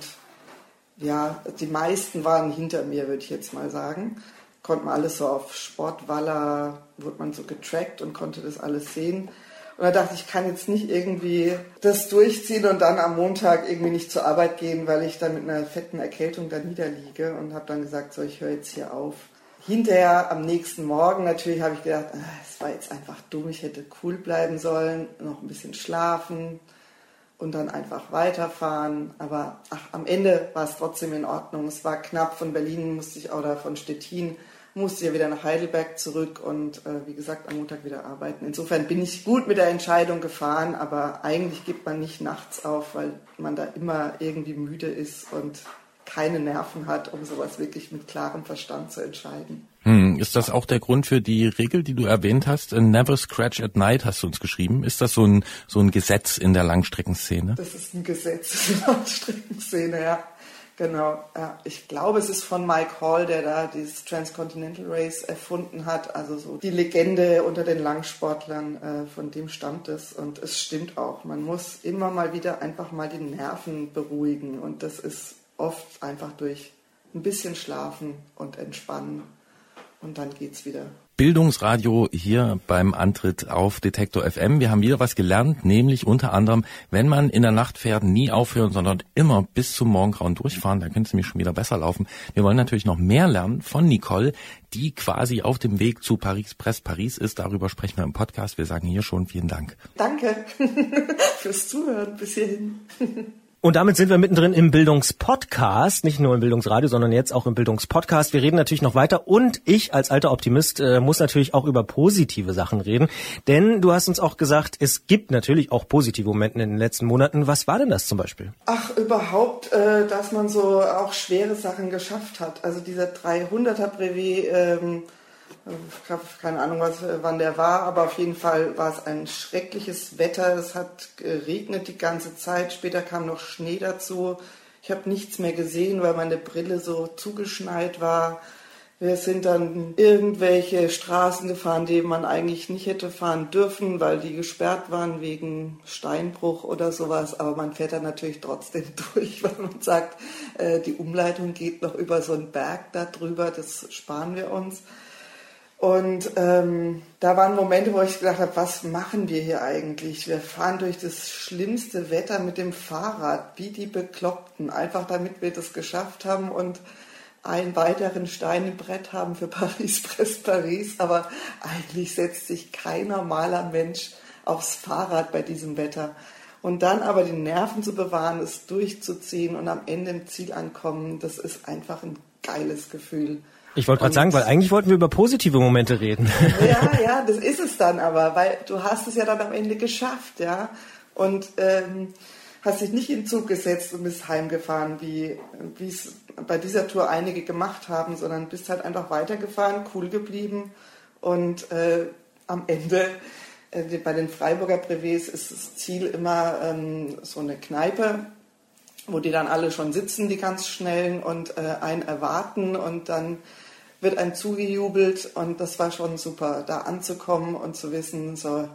ja, die meisten waren hinter mir, würde ich jetzt mal sagen. Konnte man alles so auf Sportwaller, wurde man so getrackt und konnte das alles sehen. Und da dachte ich, ich kann jetzt nicht irgendwie das durchziehen und dann am Montag irgendwie nicht zur Arbeit gehen, weil ich dann mit einer fetten Erkältung da niederliege und habe dann gesagt, so, ich höre jetzt hier auf. Hinterher, am nächsten Morgen natürlich, habe ich gedacht, es war jetzt einfach dumm, ich hätte cool bleiben sollen, noch ein bisschen schlafen und dann einfach weiterfahren. Aber ach, am Ende war es trotzdem in Ordnung. Es war knapp, von Berlin musste ich, oder von Stettin musste ich ja wieder nach Heidelberg zurück und äh, wie gesagt am Montag wieder arbeiten. Insofern bin ich gut mit der Entscheidung gefahren, aber eigentlich gibt man nicht nachts auf, weil man da immer irgendwie müde ist und keine Nerven hat, um sowas wirklich mit klarem Verstand zu entscheiden. Hm, ist das auch der Grund für die Regel, die du erwähnt hast? Never scratch at night, hast du uns geschrieben. Ist das so ein, so ein Gesetz in der Langstreckenszene? Das ist ein Gesetz in der Langstreckenszene, ja. Genau. Ja. Ich glaube, es ist von Mike Hall, der da dieses Transcontinental Race erfunden hat. Also so die Legende unter den Langsportlern, äh, von dem stammt es. Und es stimmt auch. Man muss immer mal wieder einfach mal die Nerven beruhigen. Und das ist oft einfach durch ein bisschen Schlafen und Entspannen. Und dann geht's wieder. Bildungsradio hier beim Antritt auf Detektor F M. Wir haben wieder was gelernt, nämlich unter anderem, wenn man in der Nacht fährt, nie aufhören, sondern immer bis zum Morgengrauen durchfahren, dann könnte es nämlich schon wieder besser laufen. Wir wollen natürlich noch mehr lernen von Nicole, die quasi auf dem Weg zu Paris-Brest Paris ist. Darüber sprechen wir im Podcast. Wir sagen hier schon vielen Dank. Danke fürs Zuhören bis hierhin. Und damit sind wir mittendrin im Bildungspodcast, nicht nur im Bildungsradio, sondern jetzt auch im Bildungspodcast. Wir reden natürlich noch weiter und ich als alter Optimist äh, muss natürlich auch über positive Sachen reden, denn du hast uns auch gesagt, es gibt natürlich auch positive Momente in den letzten Monaten. Was war denn das zum Beispiel? Ach, überhaupt, äh, dass man so auch schwere Sachen geschafft hat. Also dieser dreihunderter Brevet, ähm, ich habe keine Ahnung, was, wann der war, aber auf jeden Fall war es ein schreckliches Wetter. Es hat geregnet die ganze Zeit. Später kam noch Schnee dazu. Ich habe nichts mehr gesehen, weil meine Brille so zugeschneit war. Wir sind dann irgendwelche Straßen gefahren, die man eigentlich nicht hätte fahren dürfen, weil die gesperrt waren wegen Steinbruch oder sowas. Aber man fährt dann natürlich trotzdem durch, weil man sagt, äh, die Umleitung geht noch über so einen Berg da drüber. Das sparen wir uns. Und ähm, da waren Momente, wo ich gedacht habe, was machen wir hier eigentlich? Wir fahren durch das schlimmste Wetter mit dem Fahrrad, wie die Bekloppten, einfach damit wir das geschafft haben und einen weiteren Stein im Brett haben für Paris-Brest-Paris. Aber eigentlich setzt sich kein normaler Mensch aufs Fahrrad bei diesem Wetter. Und dann aber die Nerven zu bewahren, es durchzuziehen und am Ende im Ziel ankommen, das ist einfach ein geiles Gefühl. Ich wollte gerade sagen, weil eigentlich wollten wir über positive Momente reden. Ja, ja, das ist es dann aber, weil du hast es ja dann am Ende geschafft, ja, und ähm, hast dich nicht in den Zug gesetzt und bist heimgefahren, wie wie es bei dieser Tour einige gemacht haben, sondern bist halt einfach weitergefahren, cool geblieben und äh, am Ende äh, bei den Freiburger Brevets ist das Ziel immer ähm, so eine Kneipe, wo die dann alle schon sitzen, die ganz Schnellen, und äh, einen erwarten und dann wird einem zugejubelt und das war schon super, da anzukommen und zu wissen, so,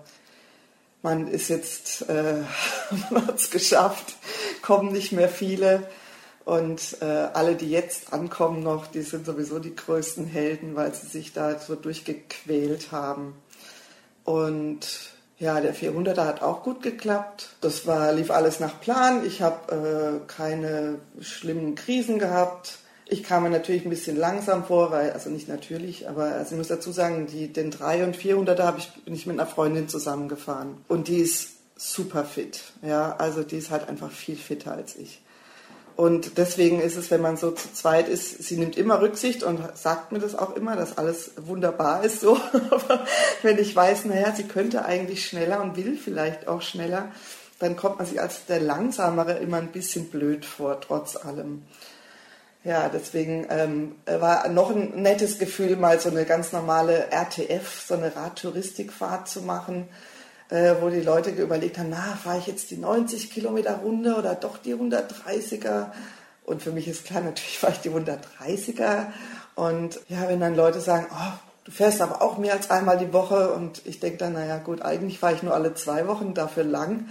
man ist jetzt, äh, man hat es geschafft, kommen nicht mehr viele und äh, alle, die jetzt ankommen noch, die sind sowieso die größten Helden, weil sie sich da so durchgequält haben. Und ja, der vierhunderter hat auch gut geklappt. Das war, lief alles nach Plan. Ich habe äh, keine schlimmen Krisen gehabt. Ich kam mir natürlich ein bisschen langsam vor, weil, also nicht natürlich, aber also ich muss dazu sagen, die, den drei- und vierhunderter habe ich, bin ich mit einer Freundin zusammengefahren. Und die ist super fit. Ja, also die ist halt einfach viel fitter als ich. Und deswegen ist es, wenn man so zu zweit ist, sie nimmt immer Rücksicht und sagt mir das auch immer, dass alles wunderbar ist so. Aber wenn ich weiß, naja, sie könnte eigentlich schneller und will vielleicht auch schneller, dann kommt man sich als der Langsamere immer ein bisschen blöd vor, trotz allem. Ja, deswegen ähm, war noch ein nettes Gefühl, mal so eine ganz normale R T F, so eine Radtouristikfahrt zu machen, äh, wo die Leute überlegt haben, na, fahre ich jetzt die neunzig Kilometer Runde oder doch die hundertdreißiger? Und für mich ist klar, natürlich fahre ich die hundertdreißiger. Und ja, wenn dann Leute sagen, oh, du fährst aber auch mehr als einmal die Woche, und ich denke dann, naja gut, eigentlich fahre ich nur alle zwei Wochen, dafür lang.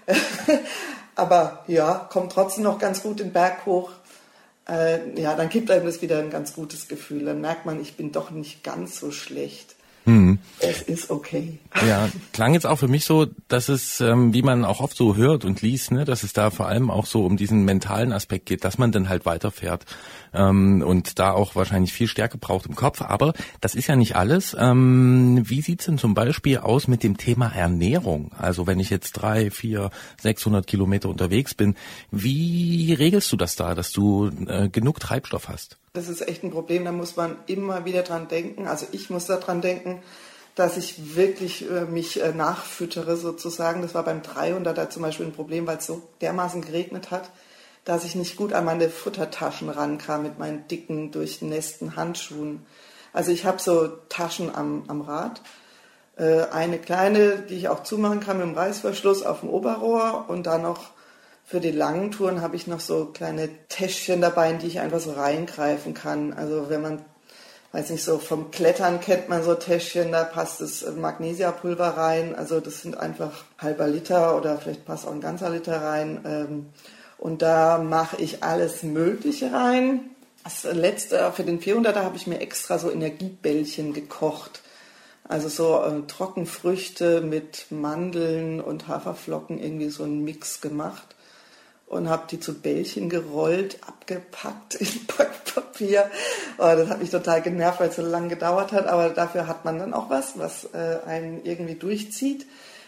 Aber ja, kommt trotzdem noch ganz gut den Berg hoch. Äh, ja, dann gibt einem das wieder ein ganz gutes Gefühl. Dann merkt man, ich bin doch nicht ganz so schlecht. Hm. Es ist okay. Ja, klang jetzt auch für mich so, dass es, ähm, wie man auch oft so hört und liest, ne, dass es da vor allem auch so um diesen mentalen Aspekt geht, dass man dann halt weiterfährt ähm, und da auch wahrscheinlich viel Stärke braucht im Kopf. Aber das ist ja nicht alles. Ähm, wie sieht's denn zum Beispiel aus mit dem Thema Ernährung? Also wenn ich jetzt drei, vier, sechshundert Kilometer unterwegs bin, wie regelst du das da, dass du äh, genug Treibstoff hast? Das ist echt ein Problem, da muss man immer wieder dran denken. Also ich muss da dran denken, dass ich wirklich äh, mich äh, nachfüttere sozusagen. Das war beim dreihunderter zum Beispiel ein Problem, weil es so dermaßen geregnet hat, dass ich nicht gut an meine Futtertaschen rankam mit meinen dicken, durchnässten Handschuhen. Also ich habe so Taschen am, am Rad. Äh, eine kleine, die ich auch zumachen kann mit dem Reißverschluss auf dem Oberrohr, und dann noch für die langen Touren habe ich noch so kleine Täschchen dabei, in die ich einfach so reingreifen kann. Also wenn man, weiß nicht, so vom Klettern kennt man so Täschchen, da passt das Magnesiapulver rein. Also das sind einfach halber Liter oder vielleicht passt auch ein ganzer Liter rein. Und da mache ich alles Mögliche rein. Das letzte, für den vierhunderter habe ich mir extra so Energiebällchen gekocht. Also so äh, Trockenfrüchte mit Mandeln und Haferflocken, irgendwie so einen Mix gemacht. Und habe die zu Bällchen gerollt, abgepackt in Backpapier. Oh, das hat mich total genervt, weil es so lange gedauert hat. Aber dafür hat man dann auch was, was äh, einen irgendwie durchzieht.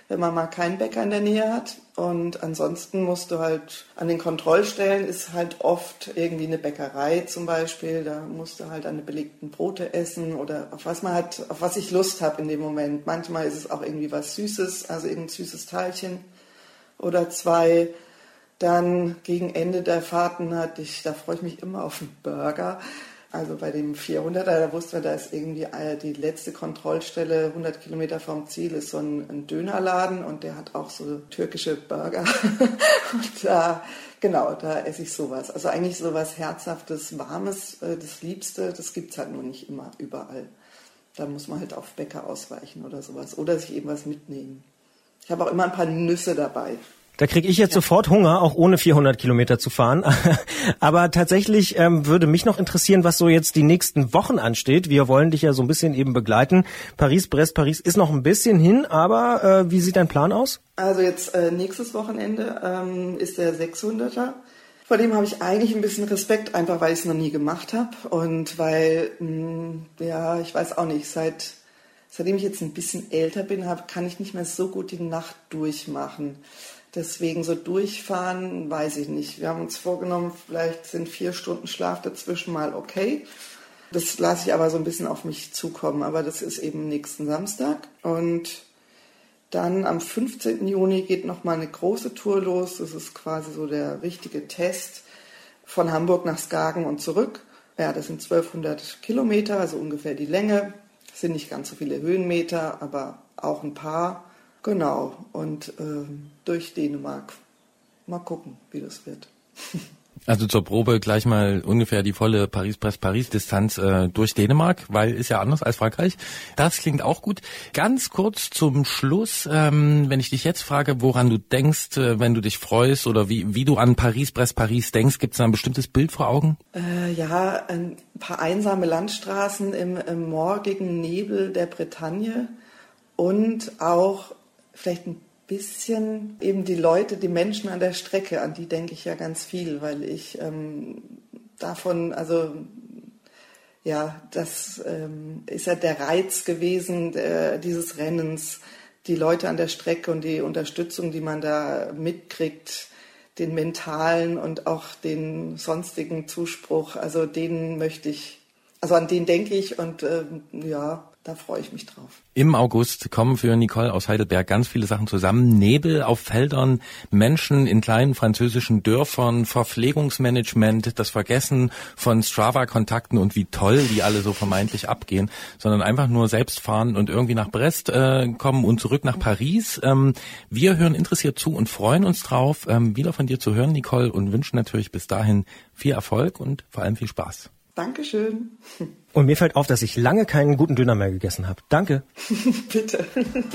wenn man mal keinen Bäcker in der Nähe hat. Und ansonsten musst du halt an den Kontrollstellen ist halt oft irgendwie eine Bäckerei zum Beispiel. Da musst du halt an die belegten Brote essen oder auf was man hat, auf was ich Lust habe in dem Moment. Manchmal ist es auch irgendwie was Süßes, also irgendein süßes Teilchen oder zwei. Dann gegen Ende der Fahrten hatte ich, da freue ich mich immer auf einen Burger. Also bei dem vierhunderter, da wusste man, da ist irgendwie die letzte Kontrollstelle, hundert Kilometer vom Ziel, ist so ein, ein Dönerladen und der hat auch so türkische Burger. Und da, genau, da esse ich sowas. Also eigentlich sowas Herzhaftes, Warmes, das Liebste, das gibt's halt nur nicht immer überall. Da muss man halt auf Bäcker ausweichen oder sowas. Oder sich eben was mitnehmen. Ich habe auch immer ein paar Nüsse dabei. Da kriege ich jetzt ja. sofort Hunger, auch ohne vierhundert Kilometer zu fahren. Aber tatsächlich ähm, würde mich noch interessieren, was so jetzt die nächsten Wochen ansteht. Wir wollen dich ja so ein bisschen eben begleiten. Paris, Brest, Paris ist noch ein bisschen hin, aber äh, wie sieht dein Plan aus? Also jetzt äh, nächstes Wochenende ähm, ist der sechshunderter. Vor dem habe ich eigentlich ein bisschen Respekt, einfach weil ich es noch nie gemacht habe. Und weil, mh, ja, ich weiß auch nicht, seit seitdem ich jetzt ein bisschen älter bin, hab, kann ich nicht mehr so gut die Nacht durchmachen. Deswegen so durchfahren, weiß ich nicht. Wir haben uns vorgenommen, vielleicht sind vier Stunden Schlaf dazwischen mal okay. Das lasse ich aber so ein bisschen auf mich zukommen. Aber das ist eben nächsten Samstag. Und dann am fünfzehnten Juni geht nochmal eine große Tour los. Das ist quasi so der richtige Test von Hamburg nach Skagen und zurück. Ja, das sind zwölfhundert Kilometer, also ungefähr die Länge. Das sind nicht ganz so viele Höhenmeter, aber auch ein paar. Genau, und äh, durch Dänemark. Mal gucken, wie das wird. Also zur Probe gleich mal ungefähr die volle Paris-Brest-Paris-Distanz äh, durch Dänemark, weil ist ja anders als Frankreich. Das klingt auch gut. Ganz kurz zum Schluss, ähm, wenn ich dich jetzt frage, woran du denkst, äh, wenn du dich freust oder wie, wie du an Paris-Brest-Paris denkst, gibt es da ein bestimmtes Bild vor Augen? Äh, ja, ein paar einsame Landstraßen im, im morgigen Nebel der Bretagne und auch vielleicht ein bisschen eben die Leute, die Menschen an der Strecke, an die denke ich ja ganz viel, weil ich ähm, davon, also ja, das ähm, ist ja der Reiz gewesen der, dieses Rennens, die Leute an der Strecke und die Unterstützung, die man da mitkriegt, den mentalen und auch den sonstigen Zuspruch, also den möchte ich, also an den denke ich und ähm, ja, da freue ich mich drauf. Im August kommen für Nicole aus Heidelberg ganz viele Sachen zusammen. Nebel auf Feldern, Menschen in kleinen französischen Dörfern, Verpflegungsmanagement, das Vergessen von Strava-Kontakten und wie toll die alle so vermeintlich abgehen, sondern einfach nur selbst fahren und irgendwie nach Brest äh, kommen und zurück nach Paris. Ähm, wir hören interessiert zu und freuen uns drauf, ähm, wieder von dir zu hören, Nicole, und wünschen natürlich bis dahin viel Erfolg und vor allem viel Spaß. Dankeschön. Und mir fällt auf, dass ich lange keinen guten Döner mehr gegessen habe. Danke. Bitte.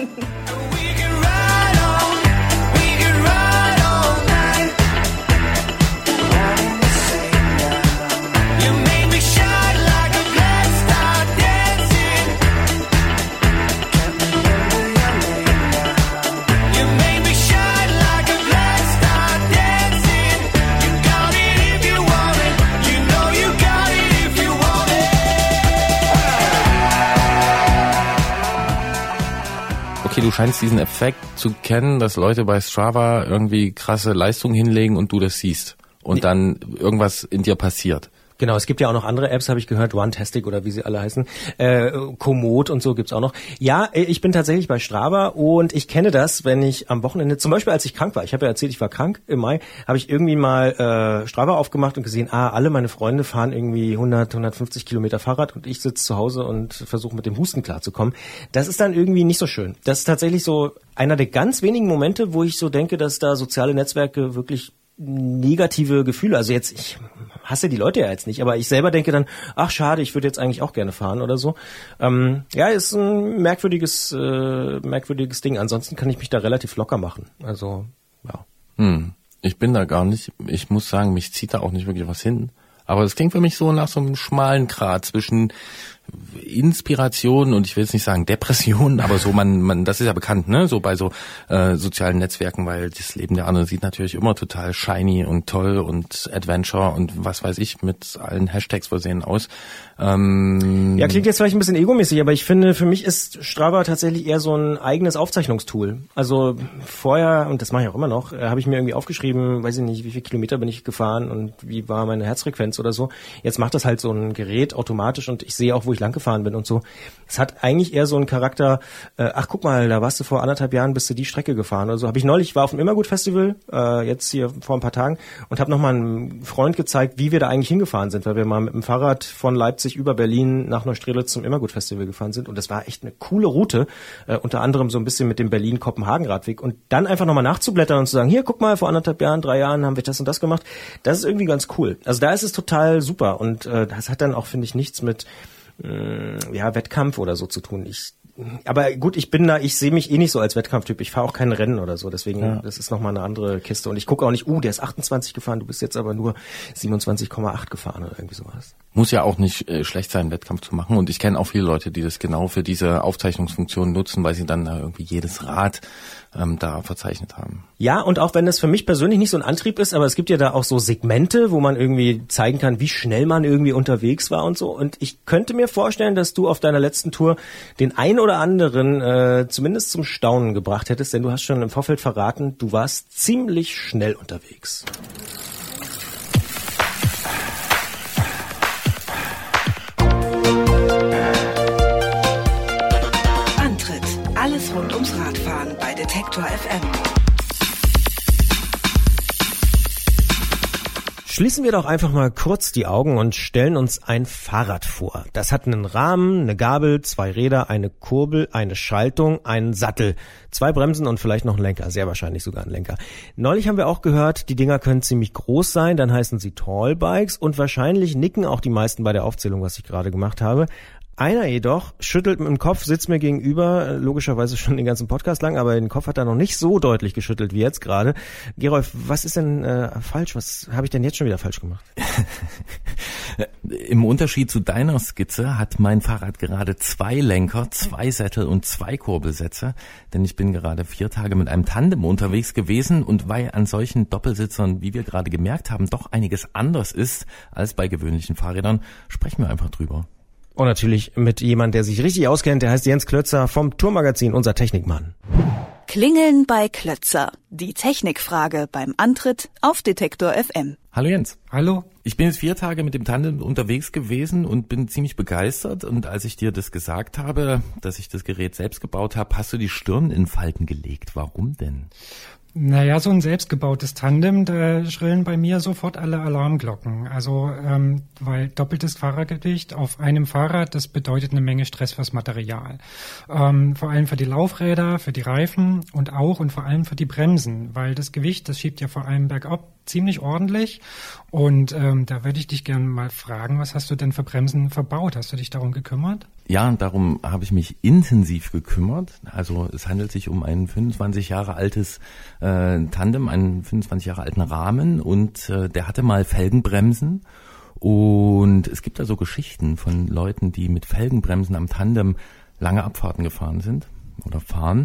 Okay, du scheinst diesen Effekt zu kennen, dass Leute bei Strava irgendwie krasse Leistungen hinlegen und du das siehst und nee. dann irgendwas in dir passiert. Genau, es gibt ja auch noch andere Apps, habe ich gehört, Runtastic oder wie sie alle heißen, äh, Komoot und so gibt's auch noch. Ja, ich bin tatsächlich bei Strava und ich kenne das, wenn ich am Wochenende, zum Beispiel als ich krank war, ich habe ja erzählt, ich war krank im Mai, habe ich irgendwie mal äh, Strava aufgemacht und gesehen, ah, alle meine Freunde fahren irgendwie hundert, hundertfünfzig Kilometer Fahrrad und ich sitze zu Hause und versuche mit dem Husten klarzukommen. Das ist dann irgendwie nicht so schön. Das ist tatsächlich so einer der ganz wenigen Momente, wo ich so denke, dass da soziale Netzwerke wirklich negative Gefühle, also jetzt, ich hasse die Leute ja jetzt nicht, aber ich selber denke dann, ach schade, ich würde jetzt eigentlich auch gerne fahren oder so. Ähm, ja, ist ein merkwürdiges, äh, merkwürdiges Ding. Ansonsten kann ich mich da relativ locker machen. Also, ja. Hm. Ich bin da gar nicht, ich muss sagen, mich zieht da auch nicht wirklich was hin. Aber es klingt für mich so nach so einem schmalen Grat zwischen Inspiration und ich will jetzt nicht sagen Depression, aber so man, man, das ist ja bekannt, ne, so bei so äh, sozialen Netzwerken, weil das Leben der anderen sieht natürlich immer total shiny und toll und Adventure und was weiß ich mit allen Hashtags versehen aus. Ähm, ja, klingt jetzt vielleicht ein bisschen egomäßig, aber ich finde, für mich ist Strava tatsächlich eher so ein eigenes Aufzeichnungstool. Also vorher, und das mache ich auch immer noch, äh, habe ich mir irgendwie aufgeschrieben, weiß ich nicht, wie viele Kilometer bin ich gefahren und wie war meine Herzfrequenz oder so. Jetzt macht das halt so ein Gerät automatisch und ich sehe auch, wo ich lang gefahren bin und so. Es hat eigentlich eher so einen Charakter, äh, ach guck mal, da warst du vor anderthalb Jahren, bist du die Strecke gefahren oder so. Habe ich neulich, war auf dem Immergut-Festival, äh, jetzt hier vor ein paar Tagen und habe nochmal einem Freund gezeigt, wie wir da eigentlich hingefahren sind, weil wir mal mit dem Fahrrad von Leipzig über Berlin nach Neustrelitz zum Immergut-Festival gefahren sind und das war echt eine coole Route, äh, unter anderem so ein bisschen mit dem Berlin-Kopenhagen-Radweg und dann einfach nochmal nachzublättern und zu sagen, hier, guck mal, vor anderthalb Jahren, drei Jahren haben wir das und das gemacht, das ist irgendwie ganz cool. Also da ist es total super und äh, das hat dann auch, finde ich, nichts mit äh, ja, Wettkampf oder so zu tun. Ich Aber gut, ich bin da, ich sehe mich eh nicht so als Wettkampftyp. Ich fahre auch kein Rennen oder so, deswegen, ja. Das ist nochmal eine andere Kiste. Und ich gucke auch nicht, uh, der ist achtundzwanzig gefahren, du bist jetzt aber nur siebenundzwanzig Komma acht gefahren oder irgendwie sowas. Muss ja auch nicht äh, schlecht sein, einen Wettkampf zu machen. Und ich kenne auch viele Leute, die das genau für diese Aufzeichnungsfunktion nutzen, weil sie dann da irgendwie jedes Rad ähm, da verzeichnet haben. Ja, und auch wenn das für mich persönlich nicht so ein Antrieb ist, aber es gibt ja da auch so Segmente, wo man irgendwie zeigen kann, wie schnell man irgendwie unterwegs war und so. Und ich könnte mir vorstellen, dass du auf deiner letzten Tour den ein oder anderen äh, zumindest zum Staunen gebracht hättest, denn du hast schon im Vorfeld verraten, du warst ziemlich schnell unterwegs. Antritt: Alles rund ums Radfahren bei Detektor F M. Schließen wir doch einfach mal kurz die Augen und stellen uns ein Fahrrad vor. Das hat einen Rahmen, eine Gabel, zwei Räder, eine Kurbel, eine Schaltung, einen Sattel, zwei Bremsen und vielleicht noch einen Lenker, sehr wahrscheinlich sogar einen Lenker. Neulich haben wir auch gehört, die Dinger können ziemlich groß sein, dann heißen sie Tallbikes und wahrscheinlich nicken auch die meisten bei der Aufzählung, was ich gerade gemacht habe. Einer jedoch schüttelt mit dem Kopf, sitzt mir gegenüber, logischerweise schon den ganzen Podcast lang, aber den Kopf hat er noch nicht so deutlich geschüttelt wie jetzt gerade. Gerolf, was ist denn äh, falsch? Was habe ich denn jetzt schon wieder falsch gemacht? Im Unterschied zu deiner Skizze hat mein Fahrrad gerade zwei Lenker, zwei Sättel und zwei Kurbelsätze, denn ich bin gerade vier Tage mit einem Tandem unterwegs gewesen und weil an solchen Doppelsitzern, wie wir gerade gemerkt haben, doch einiges anders ist als bei gewöhnlichen Fahrrädern, sprechen wir einfach drüber. Und natürlich mit jemandem, der sich richtig auskennt, der heißt Jens Klötzer vom Tourmagazin, unser Technikmann. Klingeln bei Klötzer. Die Technikfrage beim Antritt auf Detektor F M. Hallo Jens. Hallo. Ich bin jetzt vier Tage mit dem Tandem unterwegs gewesen und bin ziemlich begeistert. Und als ich dir das gesagt habe, dass ich das Gerät selbst gebaut habe, hast du die Stirn in Falten gelegt. Warum denn? Naja, so ein selbstgebautes Tandem, da schrillen bei mir sofort alle Alarmglocken. Also, ähm, weil doppeltes Fahrergewicht auf einem Fahrrad, das bedeutet eine Menge Stress fürs Material. Ähm, vor allem für die Laufräder, für die Reifen und auch und vor allem für die Bremsen, weil das Gewicht, das schiebt ja vor allem bergab ziemlich ordentlich. Und ähm, da würde ich dich gerne mal fragen, was hast du denn für Bremsen verbaut? Hast du dich darum gekümmert? Ja, und darum habe ich mich intensiv gekümmert. Also es handelt sich um ein fünfundzwanzig Jahre altes äh, Tandem, einen fünfundzwanzig Jahre alten Rahmen und äh, der hatte mal Felgenbremsen. Und es gibt da so Geschichten von Leuten, die mit Felgenbremsen am Tandem lange Abfahrten gefahren sind oder fahren,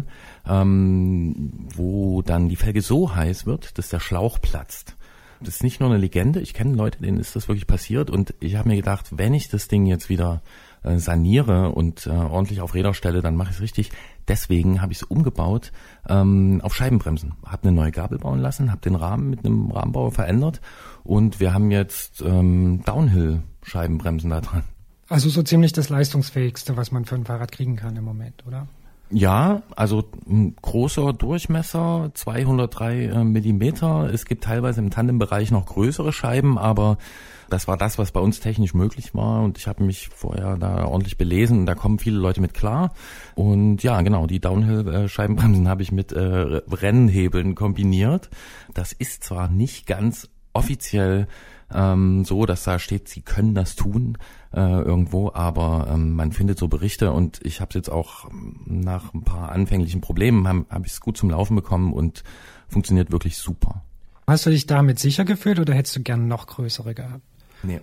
ähm, wo dann die Felge so heiß wird, dass der Schlauch platzt. Das ist nicht nur eine Legende, ich kenne Leute, denen ist das wirklich passiert und ich habe mir gedacht, wenn ich das Ding jetzt wieder äh, saniere und äh, ordentlich auf Räder stelle, dann mache ich es richtig. Deswegen habe ich es umgebaut ähm, auf Scheibenbremsen. Habe eine neue Gabel bauen lassen, habe den Rahmen mit einem Rahmenbauer verändert und wir haben jetzt ähm, Downhill-Scheibenbremsen da dran. Also so ziemlich das leistungsfähigste, was man für ein Fahrrad kriegen kann im Moment, oder? Ja, also ein großer Durchmesser, zweihundertdrei äh, Millimeter. Es gibt teilweise im Tandembereich noch größere Scheiben, aber das war das, was bei uns technisch möglich war und ich habe mich vorher da ordentlich belesen und da kommen viele Leute mit klar. Und ja, genau, die Downhill-Scheibenbremsen habe ich mit äh, Rennhebeln kombiniert. Das ist zwar nicht ganz offiziell ähm, so, dass da steht, sie können das tun äh, irgendwo, aber ähm, man findet so Berichte und ich habe es jetzt auch nach ein paar anfänglichen Problemen, habe hab ich es gut zum Laufen bekommen und funktioniert wirklich super. Hast du dich damit sicher gefühlt oder hättest du gern noch größere gehabt? Nee,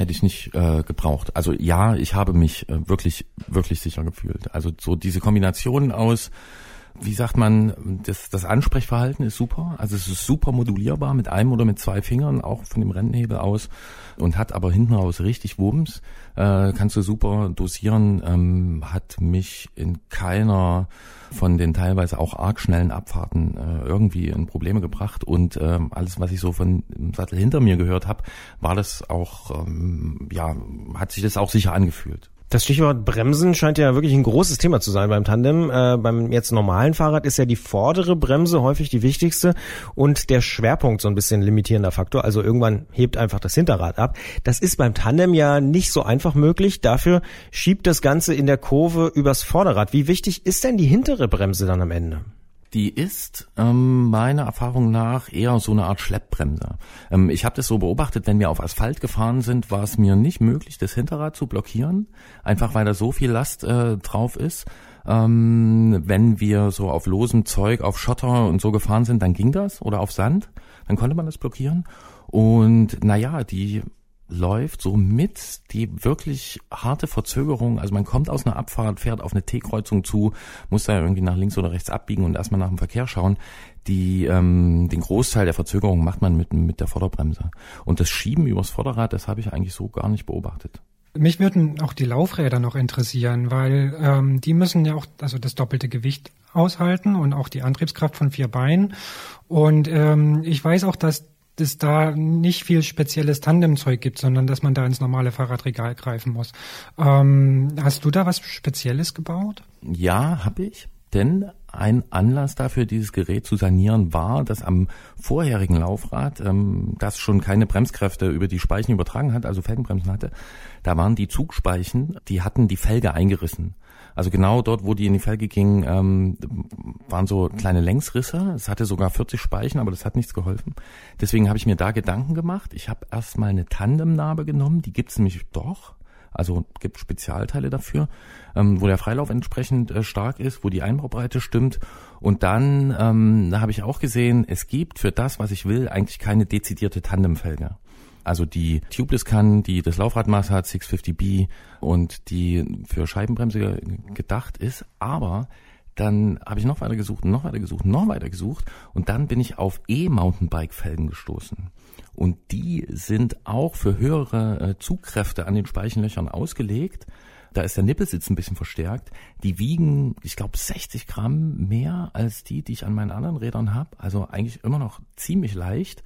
hätte ich nicht äh, gebraucht. Also ja, ich habe mich äh, wirklich, wirklich sicher gefühlt. Also so diese Kombination aus, wie sagt man, das, das Ansprechverhalten ist super. Also es ist super modulierbar mit einem oder mit zwei Fingern, auch von dem Rennhebel aus, und hat aber hinten raus richtig Wumms. Äh, kannst du super dosieren, ähm, hat mich in keiner von den teilweise auch arg schnellen Abfahrten äh, irgendwie in Probleme gebracht. Und ähm, alles, was ich so von dem Sattel hinter mir gehört habe, war das auch, ähm, ja, hat sich das auch sicher angefühlt. Das Stichwort Bremsen scheint ja wirklich ein großes Thema zu sein beim Tandem. Äh, beim jetzt normalen Fahrrad ist ja die vordere Bremse häufig die wichtigste und der Schwerpunkt so ein bisschen limitierender Faktor. Also irgendwann hebt einfach das Hinterrad ab. Das ist beim Tandem ja nicht so einfach möglich. Dafür schiebt das Ganze in der Kurve übers Vorderrad. Wie wichtig ist denn die hintere Bremse dann am Ende? Die ist ähm, meiner Erfahrung nach eher so eine Art Schleppbremse. Ähm, ich habe das so beobachtet, wenn wir auf Asphalt gefahren sind, war es mir nicht möglich, das Hinterrad zu blockieren, einfach weil da so viel Last äh, drauf ist. Ähm, wenn wir so auf losem Zeug, auf Schotter und so gefahren sind, dann ging das, oder auf Sand, dann konnte man das blockieren. Und naja, die läuft so mit die wirklich harte Verzögerung, also man kommt aus einer Abfahrt, fährt auf eine T-Kreuzung zu, muss da irgendwie nach links oder rechts abbiegen und erstmal nach dem Verkehr schauen. Die, ähm, den Großteil der Verzögerung macht man mit, mit der Vorderbremse. Und das Schieben übers Vorderrad, das habe ich eigentlich so gar nicht beobachtet. Mich würden auch die Laufräder noch interessieren, weil ähm, die müssen ja auch also das doppelte Gewicht aushalten und auch die Antriebskraft von vier Beinen. Und ähm, ich weiß auch, dass es da nicht viel spezielles Tandemzeug gibt, sondern dass man da ins normale Fahrradregal greifen muss. Ähm, hast du da was Spezielles gebaut? Ja, habe ich. Denn ein Anlass dafür, dieses Gerät zu sanieren, war, dass am vorherigen Laufrad, ähm, das schon keine Bremskräfte über die Speichen übertragen hat, also Felgenbremsen hatte, da waren die Zugspeichen, die hatten die Felge eingerissen. Also genau dort, wo die in die Felge gingen, ähm, waren so kleine Längsrisse. Es hatte sogar vierzig Speichen, aber das hat nichts geholfen. Deswegen habe ich mir da Gedanken gemacht. Ich habe erstmal eine Tandemnabe genommen, die gibt's nämlich doch. Also gibt Spezialteile dafür, ähm, wo der Freilauf entsprechend äh, stark ist, wo die Einbaubreite stimmt. Und dann ähm, da habe ich auch gesehen, es gibt für das, was ich will, eigentlich keine dezidierte Tandemfelge. Also die Tubeless kann, die das Laufradmaß hat, sechs fünfzig B und die für Scheibenbremse gedacht ist. Aber dann habe ich noch weiter gesucht, noch weiter gesucht, noch weiter gesucht und dann bin ich auf E-Mountainbike-Felgen gestoßen. Und die sind auch für höhere äh, Zugkräfte an den Speichenlöchern ausgelegt. Da ist der Nippelsitz ein bisschen verstärkt. Die wiegen, ich glaube, sechzig Gramm mehr als die, die ich an meinen anderen Rädern habe. Also eigentlich immer noch ziemlich leicht.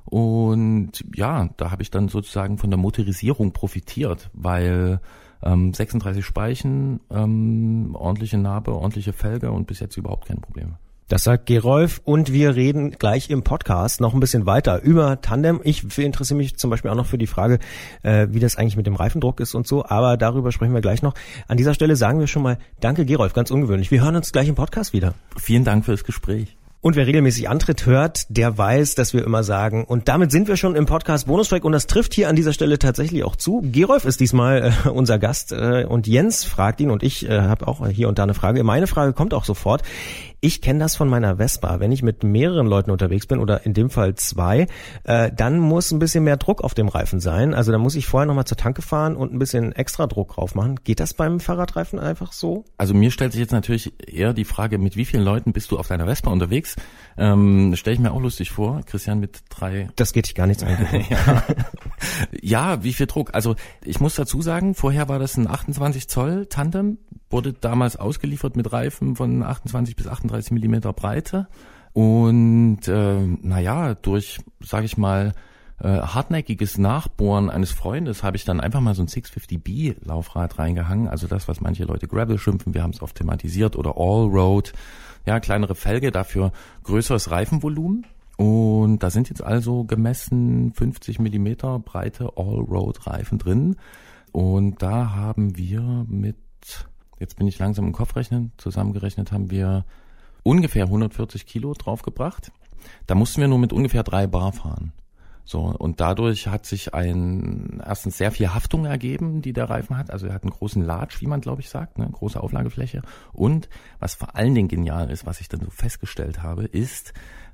Und ja, da habe ich dann sozusagen von der Motorisierung profitiert, weil ähm, sechsunddreißig Speichen, ähm, ordentliche Narbe, ordentliche Felge und bis jetzt überhaupt keine Probleme. Das sagt Gerolf und wir reden gleich im Podcast noch ein bisschen weiter über Tandem. Ich interessiere mich zum Beispiel auch noch für die Frage, äh, wie das eigentlich mit dem Reifendruck ist und so, aber darüber sprechen wir gleich noch. An dieser Stelle sagen wir schon mal Danke Gerolf, ganz ungewöhnlich. Wir hören uns gleich im Podcast wieder. Vielen Dank fürs Gespräch. Und wer regelmäßig Antritt hört, der weiß, dass wir immer sagen, und damit sind wir schon im Podcast Bonustrack und das trifft hier an dieser Stelle tatsächlich auch zu. Gerolf ist diesmal äh, unser Gast äh, und Jens fragt ihn und ich äh, habe auch hier und da eine Frage. Meine Frage kommt auch sofort. Ich kenne das von meiner Vespa. Wenn ich mit mehreren Leuten unterwegs bin oder in dem Fall zwei, äh, dann muss ein bisschen mehr Druck auf dem Reifen sein. Also da muss ich vorher nochmal zur Tanke fahren und ein bisschen extra Druck drauf machen. Geht das beim Fahrradreifen einfach so? Also mir stellt sich jetzt natürlich eher die Frage, mit wie vielen Leuten bist du auf deiner Vespa unterwegs? Ähm, stelle ich mir auch lustig vor. Christian mit drei... Das geht dich gar nichts an. ja. ja, wie viel Druck? Also ich muss dazu sagen, vorher war das ein achtundzwanzig Zoll Tandem, wurde damals ausgeliefert mit Reifen von achtundzwanzig bis achtunddreißig Millimeter Breite und äh, naja, durch, sage ich mal, äh, hartnäckiges Nachbohren eines Freundes habe ich dann einfach mal so ein sechs fünfzig B Laufrad reingehangen, also das, was manche Leute Gravel schimpfen, wir haben es oft thematisiert, oder Allroad, ja, kleinere Felge, dafür größeres Reifenvolumen. Und da sind jetzt also gemessen fünfzig Millimeter breite Allroad-Reifen drin. Und da haben wir mit, jetzt bin ich langsam im Kopf rechnen, zusammengerechnet haben wir ungefähr hundertvierzig Kilo draufgebracht. Da mussten wir nur mit ungefähr drei Bar fahren. So, und dadurch hat sich ein, erstens sehr viel Haftung ergeben, die der Reifen hat. Also er hat einen großen Latsch, wie man glaube ich sagt, ne, große Auflagefläche. Und was vor allen Dingen genial ist, was ich dann so festgestellt habe, ist,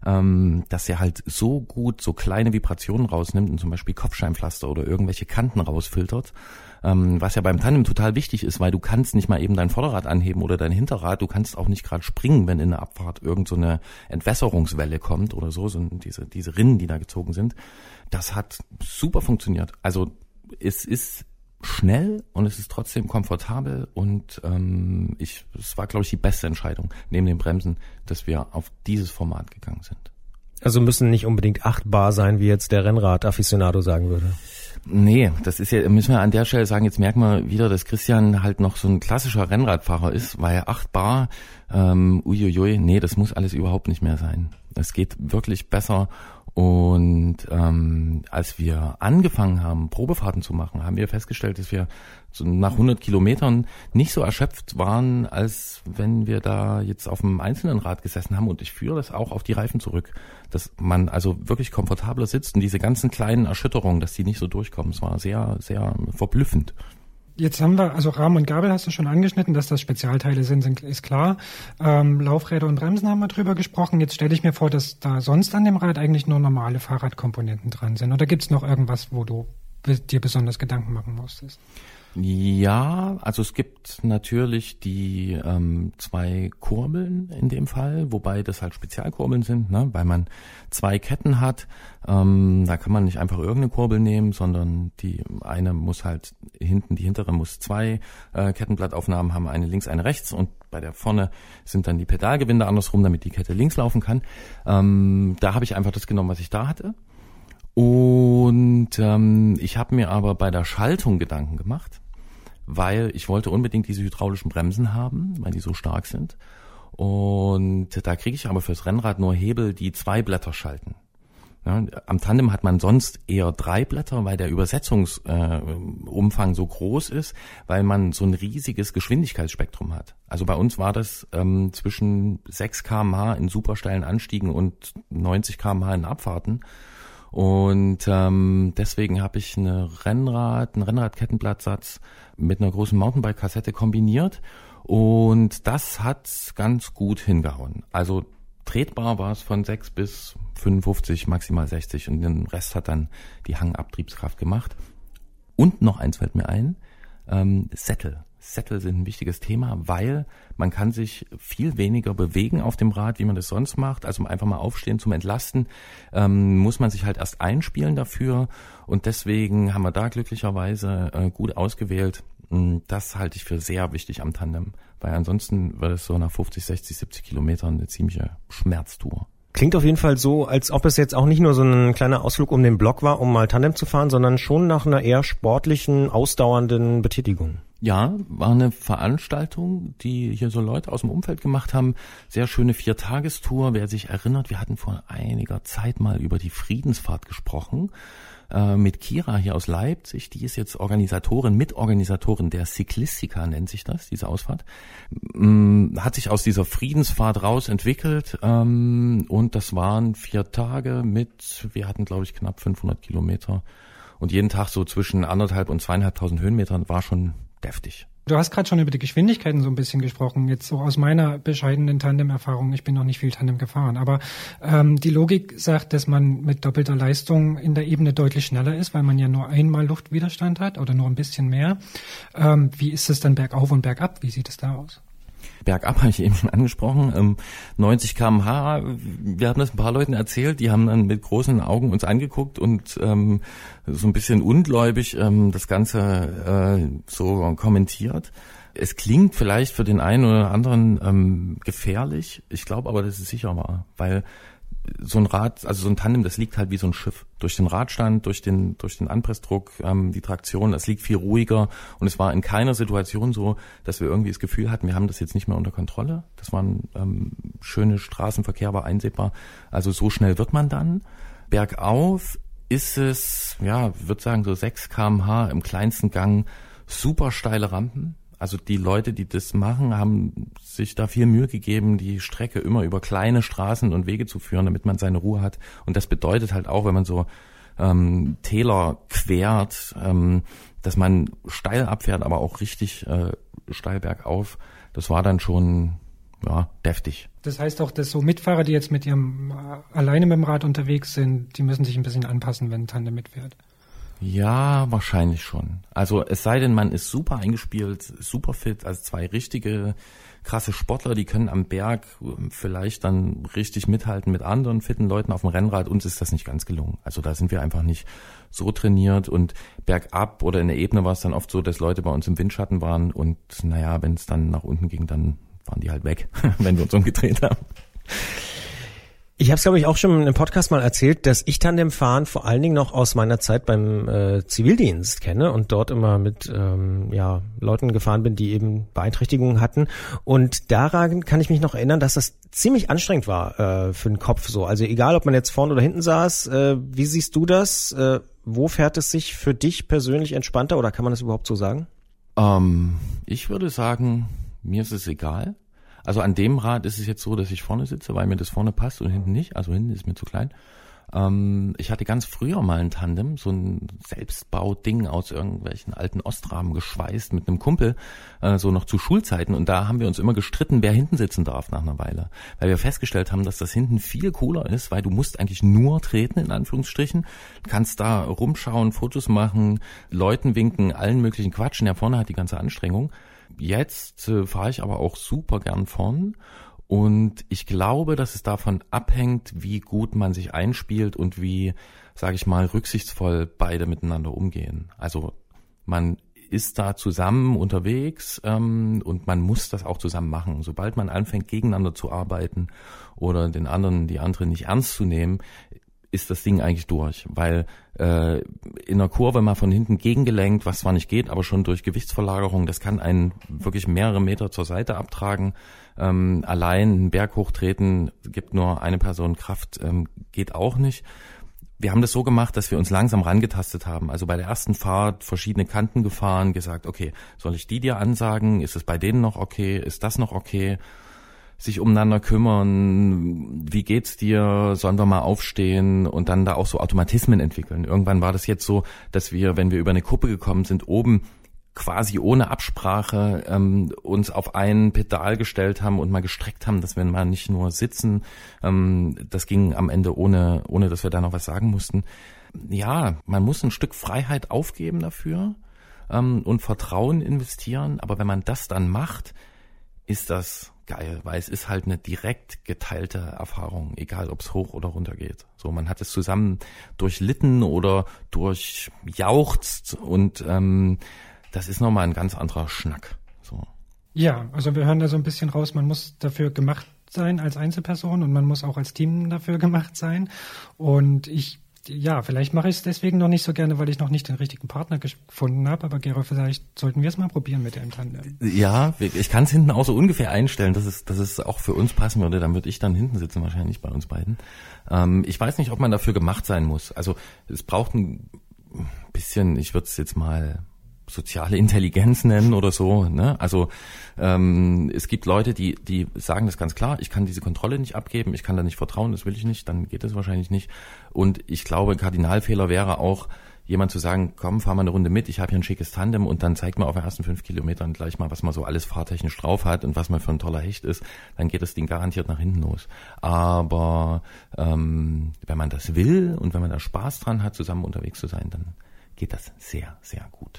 ähm, dass er halt so gut so kleine Vibrationen rausnimmt und zum Beispiel Kopfsteinpflaster oder irgendwelche Kanten rausfiltert. Ähm, was ja beim Tandem total wichtig ist, weil du kannst nicht mal eben dein Vorderrad anheben oder dein Hinterrad, du kannst auch nicht gerade springen, wenn in der Abfahrt irgend so eine Entwässerungswelle kommt oder so, so diese, diese Rinnen, die da gezogen sind. Das hat super funktioniert. Also es ist schnell und es ist trotzdem komfortabel und ähm, ich, es war, glaube ich, die beste Entscheidung neben den Bremsen, dass wir auf dieses Format gegangen sind. Also müssen nicht unbedingt acht Bar sein, wie jetzt der Rennrad-Afficionado sagen würde. Nee, das ist ja, müssen wir an der Stelle sagen, jetzt merken wir wieder, dass Christian halt noch so ein klassischer Rennradfahrer ist, weil acht Bar, ähm, uiuiui, nee, das muss alles überhaupt nicht mehr sein. Es geht wirklich besser. Und ähm, als wir angefangen haben, Probefahrten zu machen, haben wir festgestellt, dass wir so nach hundert Kilometern nicht so erschöpft waren, als wenn wir da jetzt auf einem einzelnen Rad gesessen haben. Und ich führe das auch auf die Reifen zurück, dass man also wirklich komfortabler sitzt und diese ganzen kleinen Erschütterungen, dass die nicht so durchkommen. Es war sehr, sehr verblüffend. Jetzt haben wir, also Rahmen und Gabel hast du schon angeschnitten, dass das Spezialteile sind, sind ist klar. Ähm, Laufräder und Bremsen haben wir drüber gesprochen. Jetzt stelle ich mir vor, dass da sonst an dem Rad eigentlich nur normale Fahrradkomponenten dran sind. Oder gibt es noch irgendwas, wo du dir besonders Gedanken machen musstest? Ja, also es gibt natürlich die ähm, zwei Kurbeln in dem Fall, wobei das halt Spezialkurbeln sind, ne, weil man zwei Ketten hat. Ähm, da kann man nicht einfach irgendeine Kurbel nehmen, sondern die eine muss halt hinten, die hintere muss zwei äh, Kettenblattaufnahmen haben, eine links, eine rechts und bei der vorne sind dann die Pedalgewinde andersrum, damit die Kette links laufen kann. Ähm, da habe ich einfach das genommen, was ich da hatte. Und ähm, ich habe mir aber bei der Schaltung Gedanken gemacht, weil ich wollte unbedingt diese hydraulischen Bremsen haben, weil die so stark sind. Und da kriege ich aber fürs Rennrad nur Hebel, die zwei Blätter schalten. Ja, am Tandem hat man sonst eher drei Blätter, weil der Übersetzungsumfang äh, so groß ist, weil man so ein riesiges Geschwindigkeitsspektrum hat. Also bei uns war das ähm, zwischen sechs Kilometer pro Stunde in supersteilen Anstiegen und neunzig Kilometer pro Stunde in Abfahrten. Und ähm, deswegen habe ich eine Rennrad, einen Rennradkettenblattsatz mit einer großen Mountainbike-Kassette kombiniert und das hat ganz gut hingehauen. Also tretbar war es von sechs bis fünfundfünfzig, maximal sechzig und den Rest hat dann die Hangabtriebskraft gemacht. Und noch eins fällt mir ein, ähm, Sättel. Sättel sind ein wichtiges Thema, weil man kann sich viel weniger bewegen auf dem Rad, wie man das sonst macht. Also einfach mal aufstehen zum Entlasten, ähm, muss man sich halt erst einspielen dafür. Und deswegen haben wir da glücklicherweise äh, gut ausgewählt. Das halte ich für sehr wichtig am Tandem, weil ansonsten wird es so nach fünfzig, sechzig, siebzig Kilometern eine ziemliche Schmerztour. Klingt auf jeden Fall so, als ob es jetzt auch nicht nur so ein kleiner Ausflug um den Block war, um mal Tandem zu fahren, sondern schon nach einer eher sportlichen, ausdauernden Betätigung. Ja, war eine Veranstaltung, die hier so Leute aus dem Umfeld gemacht haben. Sehr schöne Viertagestour. Wer sich erinnert, wir hatten vor einiger Zeit mal über die Friedensfahrt gesprochen. Äh, mit Kira hier aus Leipzig. Die ist jetzt Organisatorin, Mitorganisatorin der Cyclistica, nennt sich das, diese Ausfahrt. Ähm, hat sich aus dieser Friedensfahrt raus entwickelt. Ähm, und das waren vier Tage mit, wir hatten glaube ich knapp fünfhundert Kilometer. Und jeden Tag so zwischen anderthalb und zweieinhalbtausend Höhenmetern war schon deftig. Du hast gerade schon über die Geschwindigkeiten so ein bisschen gesprochen, jetzt so aus meiner bescheidenen Tandem-Erfahrung. Ich bin noch nicht viel Tandem gefahren, aber ähm, die Logik sagt, dass man mit doppelter Leistung in der Ebene deutlich schneller ist, weil man ja nur einmal Luftwiderstand hat oder nur ein bisschen mehr. Ähm, wie ist es dann bergauf und bergab? Wie sieht es da aus? Bergab habe ich eben schon angesprochen, ähm, neunzig Kilometer pro Stunde, wir haben das ein paar Leuten erzählt, die haben dann mit großen Augen uns angeguckt und ähm, so ein bisschen ungläubig ähm, das Ganze äh, so kommentiert. Es klingt vielleicht für den einen oder anderen ähm, gefährlich, ich glaube aber, dass es sicher war, weil so ein Rad, also so ein Tandem, das liegt halt wie so ein Schiff. Durch den Radstand, durch den durch den Anpressdruck, ähm, die Traktion, das liegt viel ruhiger. Und es war in keiner Situation so, dass wir irgendwie das Gefühl hatten, wir haben das jetzt nicht mehr unter Kontrolle. Das war ein ähm, schöner Straßenverkehr, war einsehbar. Also so schnell wird man dann. Bergauf ist es, ja, ich würde sagen so sechs Kilometer pro Stunde im kleinsten Gang, super steile Rampen. Also die Leute, die das machen, haben sich da viel Mühe gegeben, die Strecke immer über kleine Straßen und Wege zu führen, damit man seine Ruhe hat. Und das bedeutet halt auch, wenn man so ähm, Täler quert, ähm, dass man steil abfährt, aber auch richtig äh, steil bergauf. Das war dann schon ja, deftig. Das heißt auch, dass so Mitfahrer, die jetzt mit ihrem äh, alleine mit dem Rad unterwegs sind, die müssen sich ein bisschen anpassen, wenn ein Tandem mitfährt. Ja, wahrscheinlich schon. Also es sei denn, man ist super eingespielt, super fit, also zwei richtige krasse Sportler, die können am Berg vielleicht dann richtig mithalten mit anderen fitten Leuten auf dem Rennrad. Uns ist das nicht ganz gelungen. Also da sind wir einfach nicht so trainiert und bergab oder in der Ebene war es dann oft so, dass Leute bei uns im Windschatten waren und naja, wenn es dann nach unten ging, dann waren die halt weg, wenn wir uns umgedreht haben. Ich habe es, glaube ich, auch schon im Podcast mal erzählt, dass ich Tandemfahren vor allen Dingen noch aus meiner Zeit beim äh, Zivildienst kenne und dort immer mit ähm, ja Leuten gefahren bin, die eben Beeinträchtigungen hatten. Und daran kann ich mich noch erinnern, dass das ziemlich anstrengend war äh, für den Kopf so. Also egal, ob man jetzt vorne oder hinten saß, äh, wie siehst du das? Äh, wo fährt es sich für dich persönlich entspannter oder kann man das überhaupt so sagen? Ähm, ich würde sagen, mir ist es egal. Also an dem Rad ist es jetzt so, dass ich vorne sitze, weil mir das vorne passt und hinten nicht. Also hinten ist mir zu klein. Ähm, ich hatte ganz früher mal ein Tandem, so ein Selbstbauding aus irgendwelchen alten Ostrahmen geschweißt mit einem Kumpel, äh, so noch zu Schulzeiten. Und da haben wir uns immer gestritten, wer hinten sitzen darf nach einer Weile. Weil wir festgestellt haben, dass das hinten viel cooler ist, weil du musst eigentlich nur treten, in Anführungsstrichen. Kannst da rumschauen, Fotos machen, Leuten winken, allen möglichen Quatschen. Ja, vorne hat die ganze Anstrengung. Jetzt äh, fahre ich aber auch super gern vorn und ich glaube, dass es davon abhängt, wie gut man sich einspielt und wie, sage ich mal, rücksichtsvoll beide miteinander umgehen. Also man ist da zusammen unterwegs ähm, und man muss das auch zusammen machen. Sobald man anfängt, gegeneinander zu arbeiten oder den anderen, die anderen nicht ernst zu nehmen, ist das Ding eigentlich durch, weil äh, in einer Kurve mal von hinten gegengelenkt, was zwar nicht geht, aber schon durch Gewichtsverlagerung, das kann einen wirklich mehrere Meter zur Seite abtragen. Ähm, allein einen Berg hochtreten, gibt nur eine Person Kraft, ähm, geht auch nicht. Wir haben das so gemacht, dass wir uns langsam rangetastet haben. Also bei der ersten Fahrt verschiedene Kanten gefahren, gesagt, okay, soll ich die dir ansagen? Ist es bei denen noch okay? Ist das noch okay? Sich umeinander kümmern, wie geht's dir, sollen wir mal aufstehen und dann da auch so Automatismen entwickeln. Irgendwann war das jetzt so, dass wir, wenn wir über eine Kuppe gekommen sind, oben quasi ohne Absprache ähm, uns auf ein Pedal gestellt haben und mal gestreckt haben, dass wir mal nicht nur sitzen. Ähm, das ging am Ende ohne, ohne dass wir da noch was sagen mussten. Ja, man muss ein Stück Freiheit aufgeben dafür ähm, und Vertrauen investieren, aber wenn man das dann macht, ist das geil, weil es ist halt eine direkt geteilte Erfahrung, egal ob es hoch oder runter geht. So, man hat es zusammen durchlitten oder durchjauchzt und ähm, das ist nochmal ein ganz anderer Schnack. So. Ja, also wir hören da so ein bisschen raus, man muss dafür gemacht sein als Einzelperson und man muss auch als Team dafür gemacht sein. Und ich Ja, vielleicht mache ich es deswegen noch nicht so gerne, weil ich noch nicht den richtigen Partner gefunden habe. Aber Gerolf, vielleicht sollten wir es mal probieren mit dem Tandem. Ja, ich kann es hinten auch so ungefähr einstellen, dass es, dass es auch für uns passen würde. Dann würde ich dann hinten sitzen, wahrscheinlich bei uns beiden. Ähm, ich weiß nicht, ob man dafür gemacht sein muss. Also es braucht ein bisschen, ich würde es jetzt mal soziale Intelligenz nennen oder so, ne? Also ähm, es gibt Leute, die die sagen das ganz klar, ich kann diese Kontrolle nicht abgeben, ich kann da nicht vertrauen, das will ich nicht, dann geht das wahrscheinlich nicht. Und ich glaube, ein Kardinalfehler wäre auch, jemand zu sagen, komm, fahr mal eine Runde mit, ich habe hier ein schickes Tandem und dann zeigt man auf den ersten fünf Kilometern gleich mal, was man so alles fahrtechnisch drauf hat und was man für ein toller Hecht ist, dann geht das Ding garantiert nach hinten los. Aber ähm, wenn man das will und wenn man da Spaß dran hat, zusammen unterwegs zu sein, dann geht das sehr, sehr gut.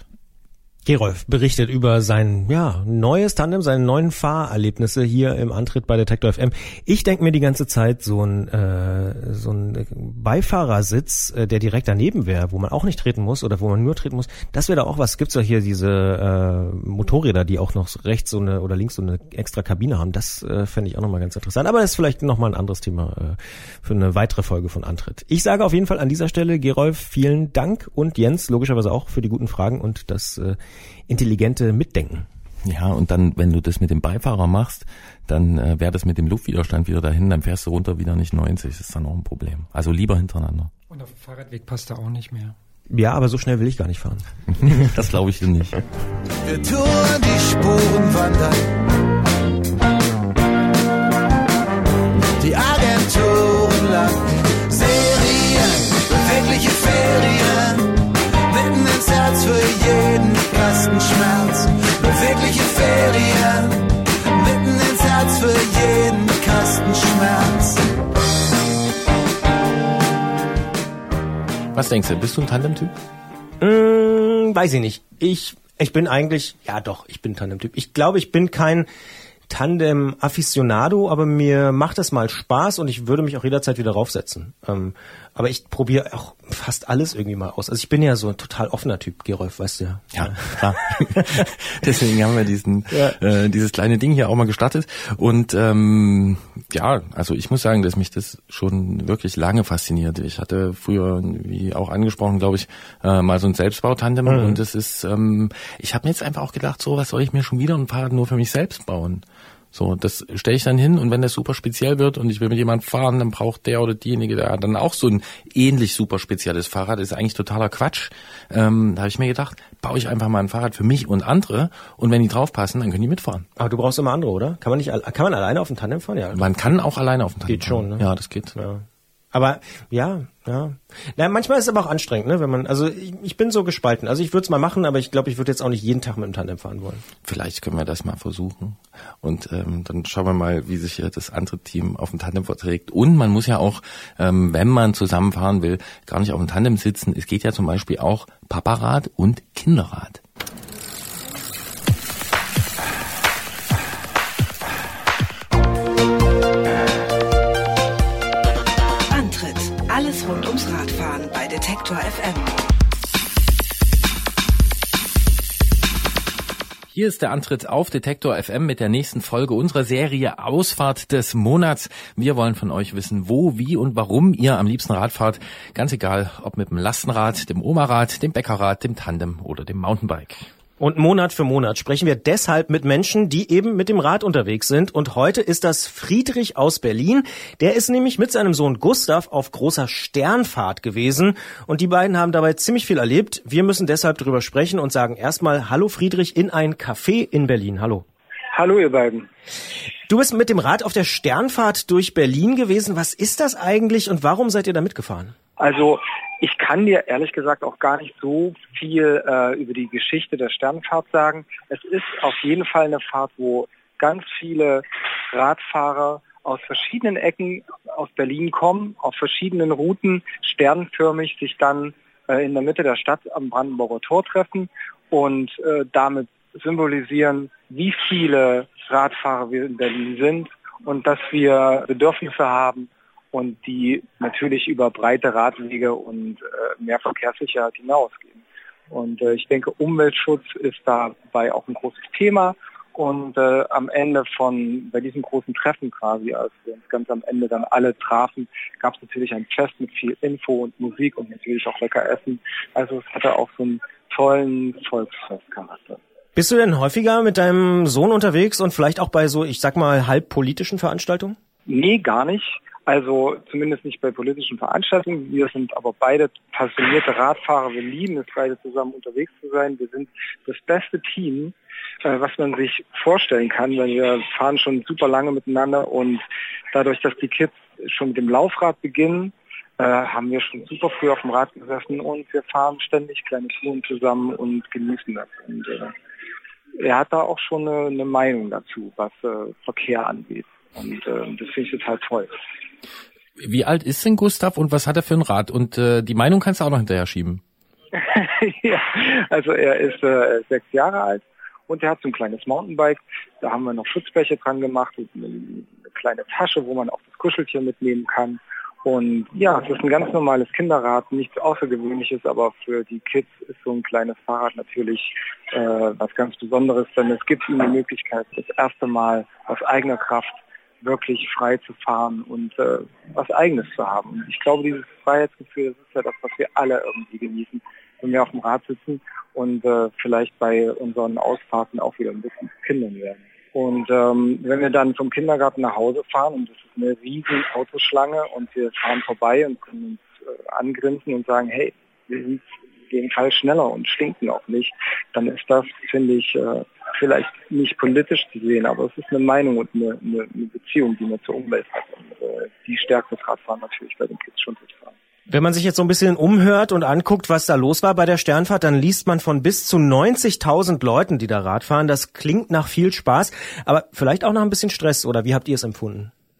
Gerolf berichtet über sein ja neues Tandem, seine neuen Fahrerlebnisse hier im Antritt bei Detektor F M. Ich denke mir die ganze Zeit, so ein äh, so ein Beifahrersitz, äh, der direkt daneben wäre, wo man auch nicht treten muss oder wo man nur treten muss, das wäre da auch was. Gibt's ja hier diese äh, Motorräder, die auch noch rechts so eine oder links so eine extra Kabine haben. Das äh, fände ich auch nochmal ganz interessant. Aber das ist vielleicht nochmal ein anderes Thema äh, für eine weitere Folge von Antritt. Ich sage auf jeden Fall an dieser Stelle, Gerolf, vielen Dank und Jens logischerweise auch für die guten Fragen und das äh, intelligente Mitdenken. Ja, und dann, wenn du das mit dem Beifahrer machst, dann äh, wäre das mit dem Luftwiderstand wieder dahin, dann fährst du runter wieder nicht neunzig, das ist dann auch ein Problem. Also lieber hintereinander. Und auf dem Fahrradweg passt er auch nicht mehr. Ja, aber so schnell will ich gar nicht fahren. Das glaube ich dir nicht. Wir tun die Spuren wandern. Die Agenturen landen. Serien, bewegliche Ferien. Mitten ins Herz für jeden Kastenschmerz. Bewegliche Ferien. Mitten ins Herz für jeden Was denkst du, bist du ein Tandem-Typ? Hm, weiß ich nicht. Ich, ich bin eigentlich, ja doch, ich bin Tandem-Typ. Ich glaube, ich bin kein Tandem-Afficionado, aber mir macht es mal Spaß und ich würde mich auch jederzeit wieder raufsetzen. Ähm, aber ich probiere auch fast alles irgendwie mal aus. Also ich bin ja so ein total offener Typ, Gerolf, weißt du ja. Ja, klar. Deswegen haben wir diesen ja. äh, dieses kleine Ding hier auch mal gestartet. Und ähm, ja, also ich muss sagen, dass mich das schon wirklich lange fasziniert. Ich hatte früher, wie auch angesprochen, glaube ich, äh, mal so ein Selbstbautandem mhm. und das ist, ähm, ich habe mir jetzt einfach auch gedacht, so was soll ich mir schon wieder ein Fahrrad nur für mich selbst bauen? So, das stelle ich dann hin und wenn das super speziell wird und ich will mit jemandem fahren, dann braucht der oder diejenige da dann auch so ein ähnlich super spezielles Fahrrad. Das ist eigentlich totaler Quatsch. Ähm, da habe ich mir gedacht, baue ich einfach mal ein Fahrrad für mich und andere und wenn die draufpassen, dann können die mitfahren. Aber du brauchst immer andere, oder? Kann man nicht, kann man alleine auf dem Tandem fahren? Ja. Man kann auch alleine auf dem Tandem fahren. Geht schon, ne? Ja, das geht. Ja. Aber ja, ja. Na, manchmal ist es aber auch anstrengend, ne? Wenn man, also ich, ich bin so gespalten. Also ich würde es mal machen, aber ich glaube, ich würde jetzt auch nicht jeden Tag mit dem Tandem fahren wollen. Vielleicht können wir das mal versuchen. Und ähm, dann schauen wir mal, wie sich hier das andere Team auf dem Tandem verträgt. Und man muss ja auch, ähm, wenn man zusammenfahren will, gar nicht auf dem Tandem sitzen. Es geht ja zum Beispiel auch Paparad und Kinderrad. Alles rund ums Radfahren bei Detektor F M. Hier ist der Antritt auf Detektor F M mit der nächsten Folge unserer Serie Ausfahrt des Monats. Wir wollen von euch wissen, wo, wie und warum ihr am liebsten Rad fahrt. Ganz egal, ob mit dem Lastenrad, dem Omarad, dem Bäckerrad, dem Tandem oder dem Mountainbike. Und Monat für Monat sprechen wir deshalb mit Menschen, die eben mit dem Rad unterwegs sind. Und heute ist das Friedrich aus Berlin. Der ist nämlich mit seinem Sohn Gustav auf großer Sternfahrt gewesen. Und die beiden haben dabei ziemlich viel erlebt. Wir müssen deshalb drüber sprechen und sagen erstmal Hallo Friedrich in ein Café in Berlin. Hallo. Hallo ihr beiden. Du bist mit dem Rad auf der Sternfahrt durch Berlin gewesen. Was ist das eigentlich und warum seid ihr da mitgefahren? Also ich kann dir ehrlich gesagt auch gar nicht so viel äh, über die Geschichte der Sternfahrt sagen. Es ist auf jeden Fall eine Fahrt, wo ganz viele Radfahrer aus verschiedenen Ecken aus Berlin kommen, auf verschiedenen Routen, sternförmig sich dann äh, in der Mitte der Stadt am Brandenburger Tor treffen und äh, damit symbolisieren, wie viele Radfahrer wir in Berlin sind und dass wir Bedürfnisse haben, und die natürlich über breite Radwege und äh, mehr Verkehrssicherheit hinausgehen. Und äh, ich denke, Umweltschutz ist dabei auch ein großes Thema. Und äh, am Ende von, bei diesem großen Treffen quasi, als wir uns ganz am Ende dann alle trafen, gab es natürlich ein Fest mit viel Info und Musik und natürlich auch lecker Essen. Also es hatte auch so einen tollen Volksfestcharakter. Bist du denn häufiger mit deinem Sohn unterwegs und vielleicht auch bei so, ich sag mal, halb politischen Veranstaltungen? Nee, gar nicht. Also zumindest nicht bei politischen Veranstaltungen. Wir sind aber beide passionierte Radfahrer. Wir lieben es, beide zusammen unterwegs zu sein. Wir sind das beste Team, äh, was man sich vorstellen kann, weil wir fahren schon super lange miteinander. Und dadurch, dass die Kids schon mit dem Laufrad beginnen, äh, haben wir schon super früh auf dem Rad gesessen und wir fahren ständig kleine Touren zusammen und genießen das. Und äh, er hat da auch schon eine, eine Meinung dazu, was äh, Verkehr angeht. Und äh, das finde ich total toll. Wie alt ist denn Gustav und was hat er für ein Rad? Und äh, die Meinung kannst du auch noch hinterher schieben. Ja, also er ist äh, sechs Jahre alt und er hat so ein kleines Mountainbike. Da haben wir noch Schutzbleche dran gemacht, eine, eine kleine Tasche, wo man auch das Kuscheltier mitnehmen kann. Und ja, es ist ein ganz normales Kinderrad, nichts Außergewöhnliches, aber für die Kids ist so ein kleines Fahrrad natürlich äh, was ganz Besonderes, denn es gibt ihnen die Möglichkeit, das erste Mal aus eigener Kraft wirklich frei zu fahren und äh, was Eigenes zu haben. Ich glaube, dieses Freiheitsgefühl, das ist ja das, was wir alle irgendwie genießen, wenn wir auf dem Rad sitzen und äh, vielleicht bei unseren Ausfahrten auch wieder ein bisschen Kindern werden. Und ähm, wenn wir dann vom Kindergarten nach Hause fahren und es ist eine riesen Autoschlange und wir fahren vorbei und können uns äh, angrinsen und sagen, hey, wir sind auf jeden Fall schneller und stinken auch nicht, dann ist das, finde ich, äh, vielleicht nicht politisch zu sehen, aber es ist eine Meinung und eine, eine, eine Beziehung, die man zur Umwelt hat. Und äh, die stärkt das Radfahren natürlich bei den Kids schon total. Wenn man sich jetzt so ein bisschen umhört und anguckt, was da los war bei der Sternfahrt, dann liest man von bis zu neunzigtausend Leuten, die da Rad fahren. Das klingt nach viel Spaß, aber vielleicht auch nach ein bisschen Stress, oder wie habt ihr es empfunden?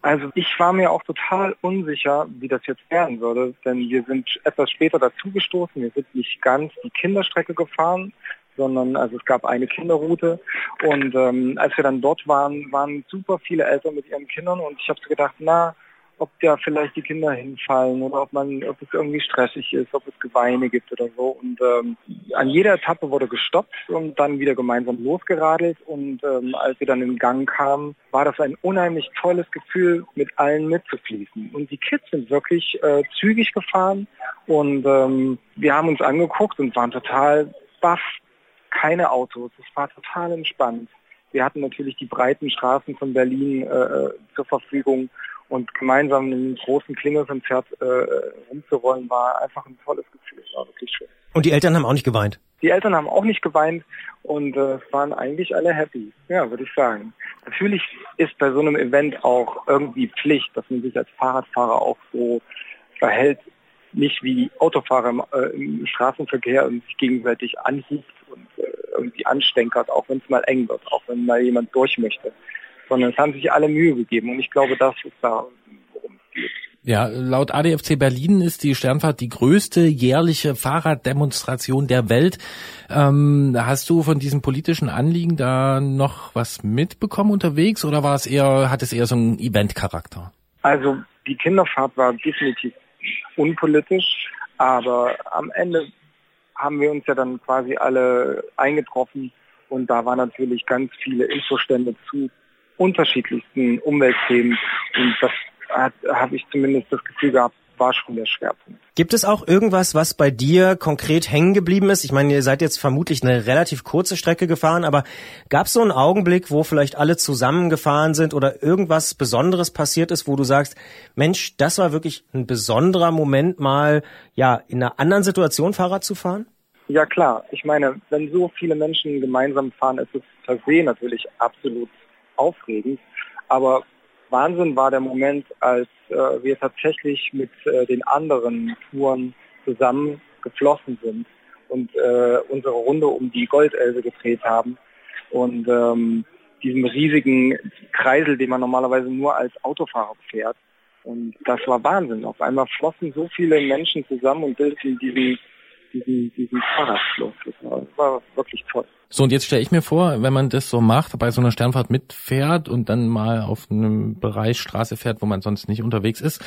Also ich war mir auch total unsicher, wie das jetzt werden würde, denn wir sind etwas später dazugestoßen. Wir sind nicht ganz die Kinderstrecke gefahren, sondern also es gab eine Kinderroute und ähm, als wir dann dort waren, waren super viele Eltern mit ihren Kindern und ich habe so gedacht, na, ob da vielleicht die Kinder hinfallen oder ob man, ob es irgendwie stressig ist, ob es Geweine gibt oder so. Und ähm, an jeder Etappe wurde gestoppt und dann wieder gemeinsam losgeradelt. Und ähm, als wir dann in Gang kamen, war das ein unheimlich tolles Gefühl, mit allen mitzufließen. Und die Kids sind wirklich äh, zügig gefahren und ähm, wir haben uns angeguckt und waren total baff. Keine Autos, es war total entspannt. Wir hatten natürlich die breiten Straßen von Berlin äh, zur Verfügung. Und gemeinsam in einem großen Klingelkonzert äh, rumzurollen, war einfach ein tolles Gefühl. Es war wirklich schön. Und die Eltern haben auch nicht geweint? Die Eltern haben auch nicht geweint und äh, waren eigentlich alle happy. Ja, würde ich sagen. Natürlich ist bei so einem Event auch irgendwie Pflicht, dass man sich als Fahrradfahrer auch so verhält, nicht wie Autofahrer im, äh, im Straßenverkehr und sich gegenseitig anhieft und äh, irgendwie anstänkert, auch wenn es mal eng wird, auch wenn mal jemand durch möchte. Sondern es haben sich alle Mühe gegeben und ich glaube, das ist da, worum es geht. Ja, laut A D F C Berlin ist die Sternfahrt die größte jährliche Fahrraddemonstration der Welt. Ähm, hast du von diesem politischen Anliegen da noch was mitbekommen unterwegs oder war es eher, hat es eher so einen Eventcharakter? Also die Kinderfahrt war definitiv unpolitisch, aber am Ende haben wir uns ja dann quasi alle eingetroffen und da waren natürlich ganz viele Infostände zu unterschiedlichsten Umweltthemen und das habe ich zumindest das Gefühl gehabt, war schon der Schwerpunkt. Gibt es auch irgendwas, was bei dir konkret hängen geblieben ist? Ich meine, ihr seid jetzt vermutlich eine relativ kurze Strecke gefahren, aber gab es so einen Augenblick, wo vielleicht alle zusammengefahren sind oder irgendwas Besonderes passiert ist, wo du sagst, Mensch, das war wirklich ein besonderer Moment, mal ja in einer anderen Situation Fahrrad zu fahren? Ja klar, ich meine, wenn so viele Menschen gemeinsam fahren, ist es per se natürlich absolut aufregend, aber Wahnsinn war der Moment, als äh, wir tatsächlich mit äh, den anderen Touren zusammen geflossen sind und äh, unsere Runde um die Goldelbe gedreht haben und ähm, diesen riesigen Kreisel, den man normalerweise nur als Autofahrer fährt. Und das war Wahnsinn. Auf einmal flossen so viele Menschen zusammen und bildeten diesen, diesen, diesen Fahrradfluss. Das war, das war wirklich toll. So, und jetzt stelle ich mir vor, wenn man das so macht, bei so einer Sternfahrt mitfährt und dann mal auf einem Bereich Straße fährt, wo man sonst nicht unterwegs ist,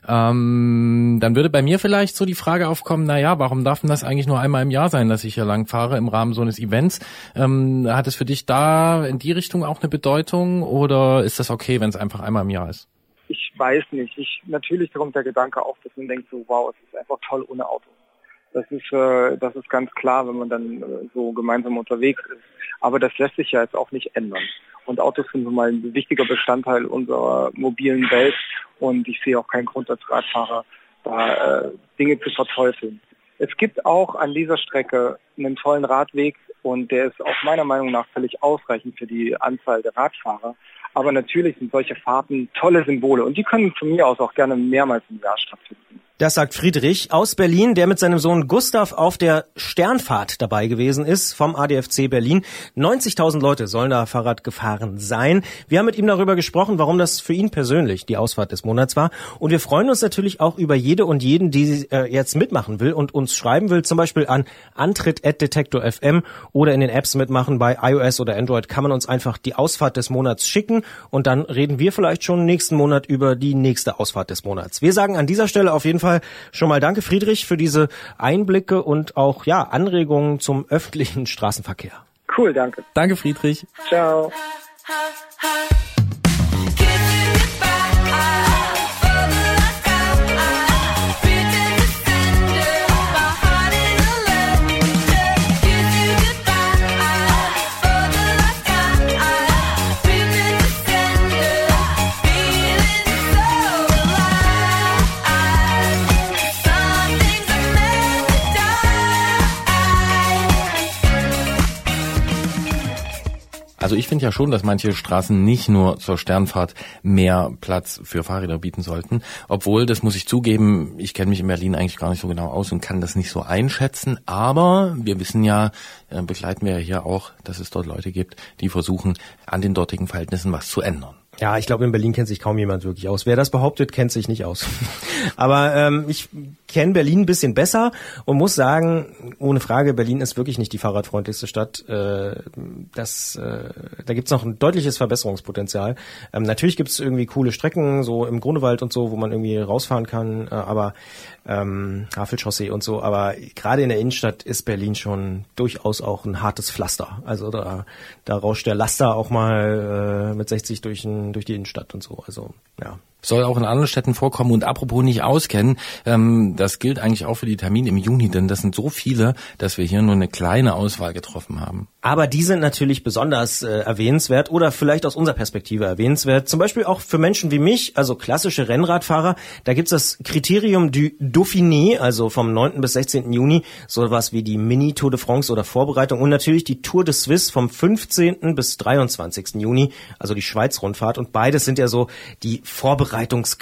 ähm, dann würde bei mir vielleicht so die Frage aufkommen, na ja, warum darf denn das eigentlich nur einmal im Jahr sein, dass ich hier lang fahre im Rahmen so eines Events? Ähm, hat es für dich da in die Richtung auch eine Bedeutung oder ist das okay, wenn es einfach einmal im Jahr ist? Ich weiß nicht. Ich, natürlich kommt der Gedanke auf, dass man denkt so, wow, es ist einfach toll ohne Auto. Das ist, äh, das ist ganz klar, wenn man dann äh, so gemeinsam unterwegs ist. Aber das lässt sich ja jetzt auch nicht ändern. Und Autos sind nun mal ein wichtiger Bestandteil unserer mobilen Welt. Und ich sehe auch keinen Grund als Radfahrer, da äh, Dinge zu verteufeln. Es gibt auch an dieser Strecke einen tollen Radweg und der ist auch meiner Meinung nach völlig ausreichend für die Anzahl der Radfahrer. Aber natürlich sind solche Fahrten tolle Symbole und die können von mir aus auch gerne mehrmals im Jahr stattfinden. Das sagt Friedrich aus Berlin, der mit seinem Sohn Gustav auf der Sternfahrt dabei gewesen ist vom A D F C Berlin. neunzigtausend Leute sollen da Fahrrad gefahren sein. Wir haben mit ihm darüber gesprochen, warum das für ihn persönlich die Ausfahrt des Monats war. Und wir freuen uns natürlich auch über jede und jeden, die äh, jetzt mitmachen will und uns schreiben will, zum Beispiel an antritt at detektor punkt f m oder in den Apps mitmachen. Bei iOS oder Android kann man uns einfach die Ausfahrt des Monats schicken und dann reden wir vielleicht schon nächsten Monat über die nächste Ausfahrt des Monats. Wir sagen an dieser Stelle auf jeden Fall schon mal danke, Friedrich, für diese Einblicke und auch ja Anregungen zum öffentlichen Straßenverkehr. Cool, danke. Danke, Friedrich. Ciao. Also ich finde ja schon, dass manche Straßen nicht nur zur Sternfahrt mehr Platz für Fahrräder bieten sollten. Obwohl, das muss ich zugeben, ich kenne mich in Berlin eigentlich gar nicht so genau aus und kann das nicht so einschätzen. Aber wir wissen ja, begleiten wir ja hier auch, dass es dort Leute gibt, die versuchen, an den dortigen Verhältnissen was zu ändern. Ja, ich glaube, in Berlin kennt sich kaum jemand wirklich aus. Wer das behauptet, kennt sich nicht aus. Aber ähm, ich kenne Berlin ein bisschen besser und muss sagen, ohne Frage, Berlin ist wirklich nicht die fahrradfreundlichste Stadt. Äh, das, äh, da gibt's noch ein deutliches Verbesserungspotenzial. Ähm, natürlich gibt's irgendwie coole Strecken, so im Grunewald und so, wo man irgendwie rausfahren kann, äh, aber ähm, Havelchaussee und so. Aber gerade in der Innenstadt ist Berlin schon durchaus auch ein hartes Pflaster. Also da, da rauscht der Laster auch mal äh, mit sechzig durch ein durch die Innenstadt und so, also ja. Soll auch in anderen Städten vorkommen und apropos nicht auskennen, ähm, das gilt eigentlich auch für die Termine im Juni, denn das sind so viele, dass wir hier nur eine kleine Auswahl getroffen haben. Aber die sind natürlich besonders äh, erwähnenswert oder vielleicht aus unserer Perspektive erwähnenswert, zum Beispiel auch für Menschen wie mich, also klassische Rennradfahrer, da gibt's das Kriterium du Dauphiné, also vom neunten bis sechzehnten Juni, sowas wie die Mini-Tour de France oder Vorbereitung und natürlich die Tour de Suisse vom fünfzehnten bis dreiundzwanzigsten Juni, also die Schweiz-Rundfahrt und beides sind ja so die Vorbereitungsklassiker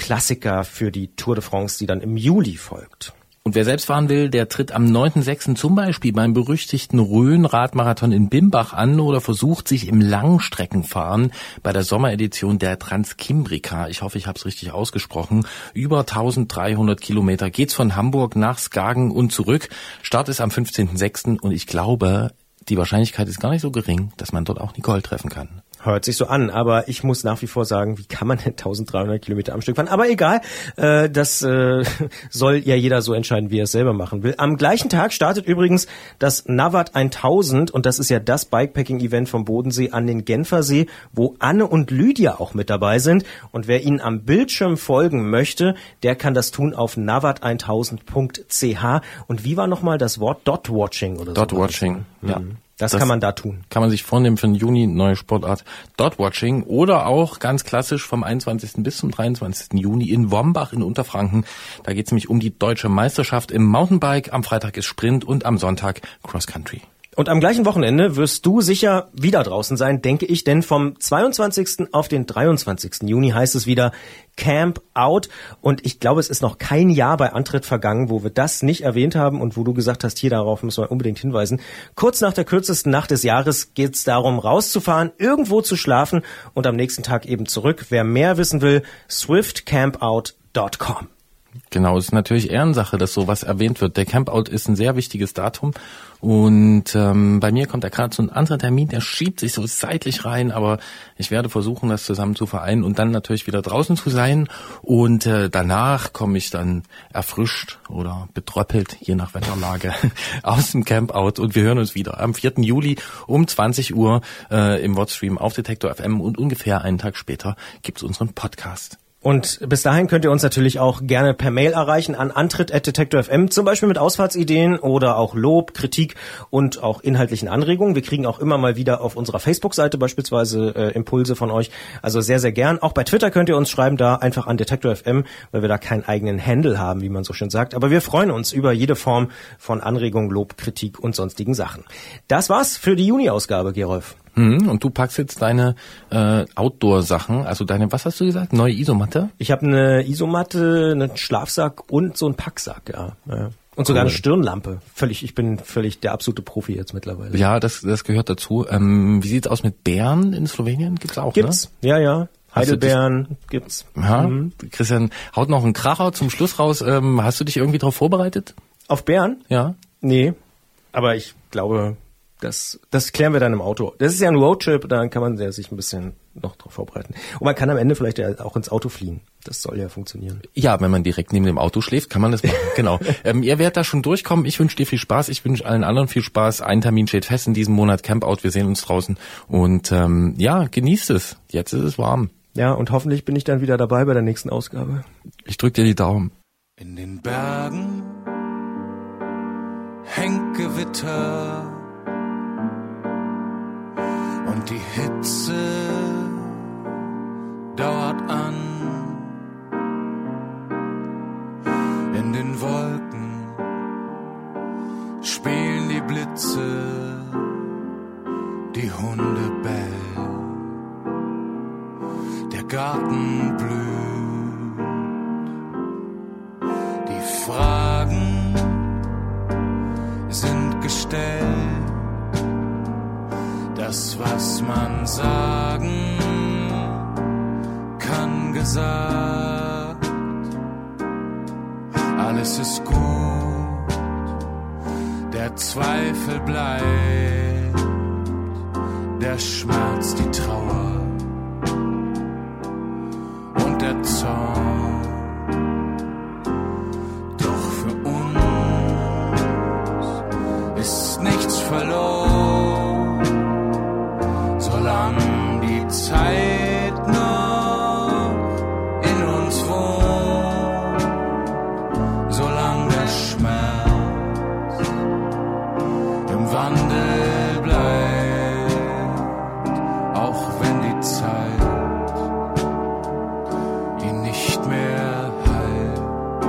für die Tour de France, die dann im Juli folgt. Und wer selbst fahren will, der tritt am neunten sechsten zum Beispiel beim berüchtigten Rhön-Radmarathon in Bimbach an oder versucht sich im Langstreckenfahren bei der Sommeredition der Transkimbrika. Ich hoffe, ich habe es richtig ausgesprochen. Über dreizehnhundert Kilometer geht's von Hamburg nach Skagen und zurück. Start ist am fünfzehnten sechsten und ich glaube, die Wahrscheinlichkeit ist gar nicht so gering, dass man dort auch Nicole treffen kann. Hört sich so an, aber ich muss nach wie vor sagen, wie kann man denn dreizehnhundert Kilometer am Stück fahren? Aber egal, äh, das äh, soll ja jeder so entscheiden, wie er es selber machen will. Am gleichen Tag startet übrigens das Navad tausend und das ist ja das Bikepacking-Event vom Bodensee an den Genfersee, wo Anne und Lydia auch mit dabei sind. Und wer ihnen am Bildschirm folgen möchte, der kann das tun auf navad tausend punkt c h. Und wie war nochmal das Wort? Dot-Watching oder so? Dot-Watching, ja. Mhm. Das, das kann man da tun. Kann man sich vornehmen für den Juni, neue Sportart, Dot-Watching oder auch ganz klassisch vom einundzwanzigsten bis zum dreiundzwanzigsten Juni in Wombach in Unterfranken. Da geht es nämlich um die deutsche Meisterschaft im Mountainbike. Am Freitag ist Sprint und am Sonntag Cross Country. Und am gleichen Wochenende wirst du sicher wieder draußen sein, denke ich, denn vom zweiundzwanzigsten auf den dreiundzwanzigsten Juni heißt es wieder Camp Out. Und ich glaube, es ist noch kein Jahr bei Antritt vergangen, wo wir das nicht erwähnt haben und wo du gesagt hast, hier, darauf müssen wir unbedingt hinweisen. Kurz nach der kürzesten Nacht des Jahres geht es darum, rauszufahren, irgendwo zu schlafen und am nächsten Tag eben zurück. Wer mehr wissen will, swift camp out dot com. Genau, es ist natürlich Ehrensache, dass sowas erwähnt wird. Der Campout ist ein sehr wichtiges Datum und ähm, bei mir kommt da gerade so ein anderer Termin, der schiebt sich so seitlich rein, aber ich werde versuchen, das zusammen zu vereinen und dann natürlich wieder draußen zu sein und äh, danach komme ich dann erfrischt oder betröppelt, je nach Wetterlage, aus dem Campout und wir hören uns wieder am vierten Juli um zwanzig Uhr äh, im Wordstream auf Detektor F M und ungefähr einen Tag später gibt's unseren Podcast. Und bis dahin könnt ihr uns natürlich auch gerne per Mail erreichen an antritt at detektor punkt f m, zum Beispiel mit Ausfahrtsideen oder auch Lob, Kritik und auch inhaltlichen Anregungen. Wir kriegen auch immer mal wieder auf unserer Facebook-Seite beispielsweise äh, Impulse von euch. Also sehr, sehr gern. Auch bei Twitter könnt ihr uns schreiben, da einfach an Detektor F M, weil wir da keinen eigenen Handle haben, wie man so schön sagt. Aber wir freuen uns über jede Form von Anregung, Lob, Kritik und sonstigen Sachen. Das war's für die Juni-Ausgabe, Gerolf. Hm, und du packst jetzt deine äh, Outdoor-Sachen, also deine, was hast du gesagt, neue Isomatte? Ich habe eine Isomatte, einen Schlafsack und so einen Packsack, ja. ja. Und sogar cool. Eine Stirnlampe. Völlig, ich bin völlig der absolute Profi jetzt mittlerweile. Ja, das, das gehört dazu. Ähm, wie sieht's aus mit Bären in Slowenien? Gibt's auch, Gibt's, ne? ja, ja. Heidelbeeren gibt's. Ja, mhm. Christian, haut noch einen Kracher zum Schluss raus. Ähm, hast du dich irgendwie darauf vorbereitet? Auf Bären? Ja. Nee, aber ich glaube... Das, das klären wir dann im Auto. Das ist ja ein Roadtrip, da kann man sich ein bisschen noch drauf vorbereiten. Und man kann am Ende vielleicht ja auch ins Auto fliehen. Das soll ja funktionieren. Ja, wenn man direkt neben dem Auto schläft, kann man das machen. Genau. Ähm, ihr werdet da schon durchkommen. Ich wünsche dir viel Spaß. Ich wünsche allen anderen viel Spaß. Ein Termin steht fest in diesem Monat, Campout. Wir sehen uns draußen. Und ähm, ja, genießt es. Jetzt ist es warm. Ja, und hoffentlich bin ich dann wieder dabei bei der nächsten Ausgabe. Ich drück dir die Daumen. In den Bergen hängt Gewitter. Und die Hitze dauert an. In den Wolken spielen die Blitze, die Hunde bellen, der Garten blüht. Die Fragen sind gestellt. Das, was man sagen kann gesagt, alles ist gut, der Zweifel bleibt, der Schmerz, die Trauer und der Zorn. Doch für uns ist nichts verloren, solange die Zeit noch in uns wohnt, solange der Schmerz im Wandel bleibt, auch wenn die Zeit ihn nicht mehr heilt.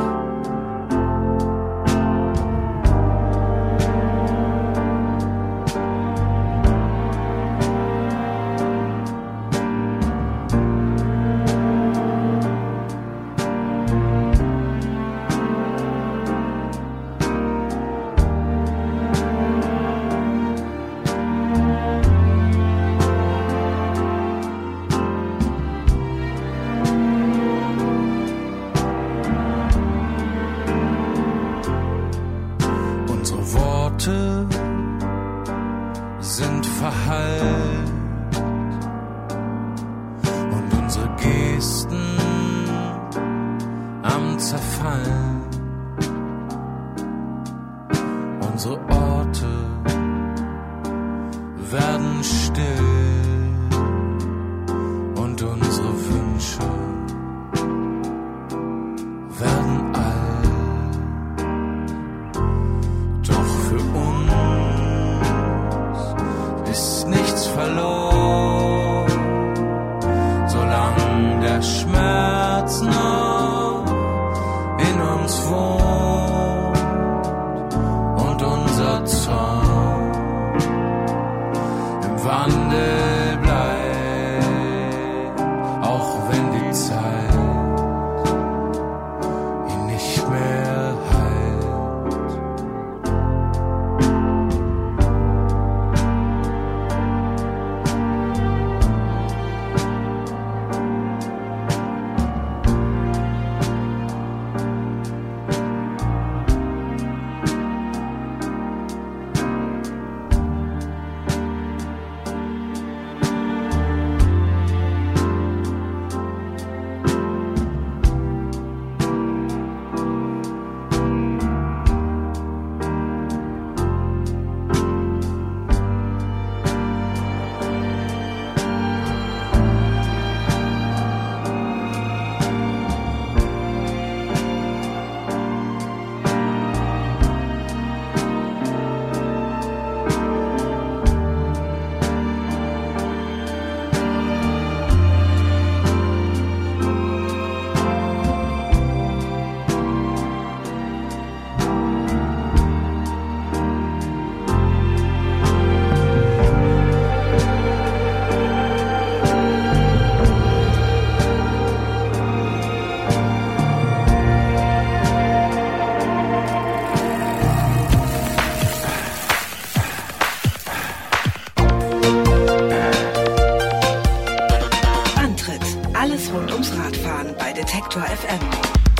Unsere Worte sind verhallt und unsere Gesten am Zerfallen. Unsere Orte werden still und unsere Wünsche werden alt. Doch für uns ist nichts verloren, solange der Schmerz noch in uns wohnt und unser Zorn im Wandel bleibt, auch wenn die Zeit ihn nicht mehr heilt. Antritt: Alles rund ums Radfahren bei Detektor F M.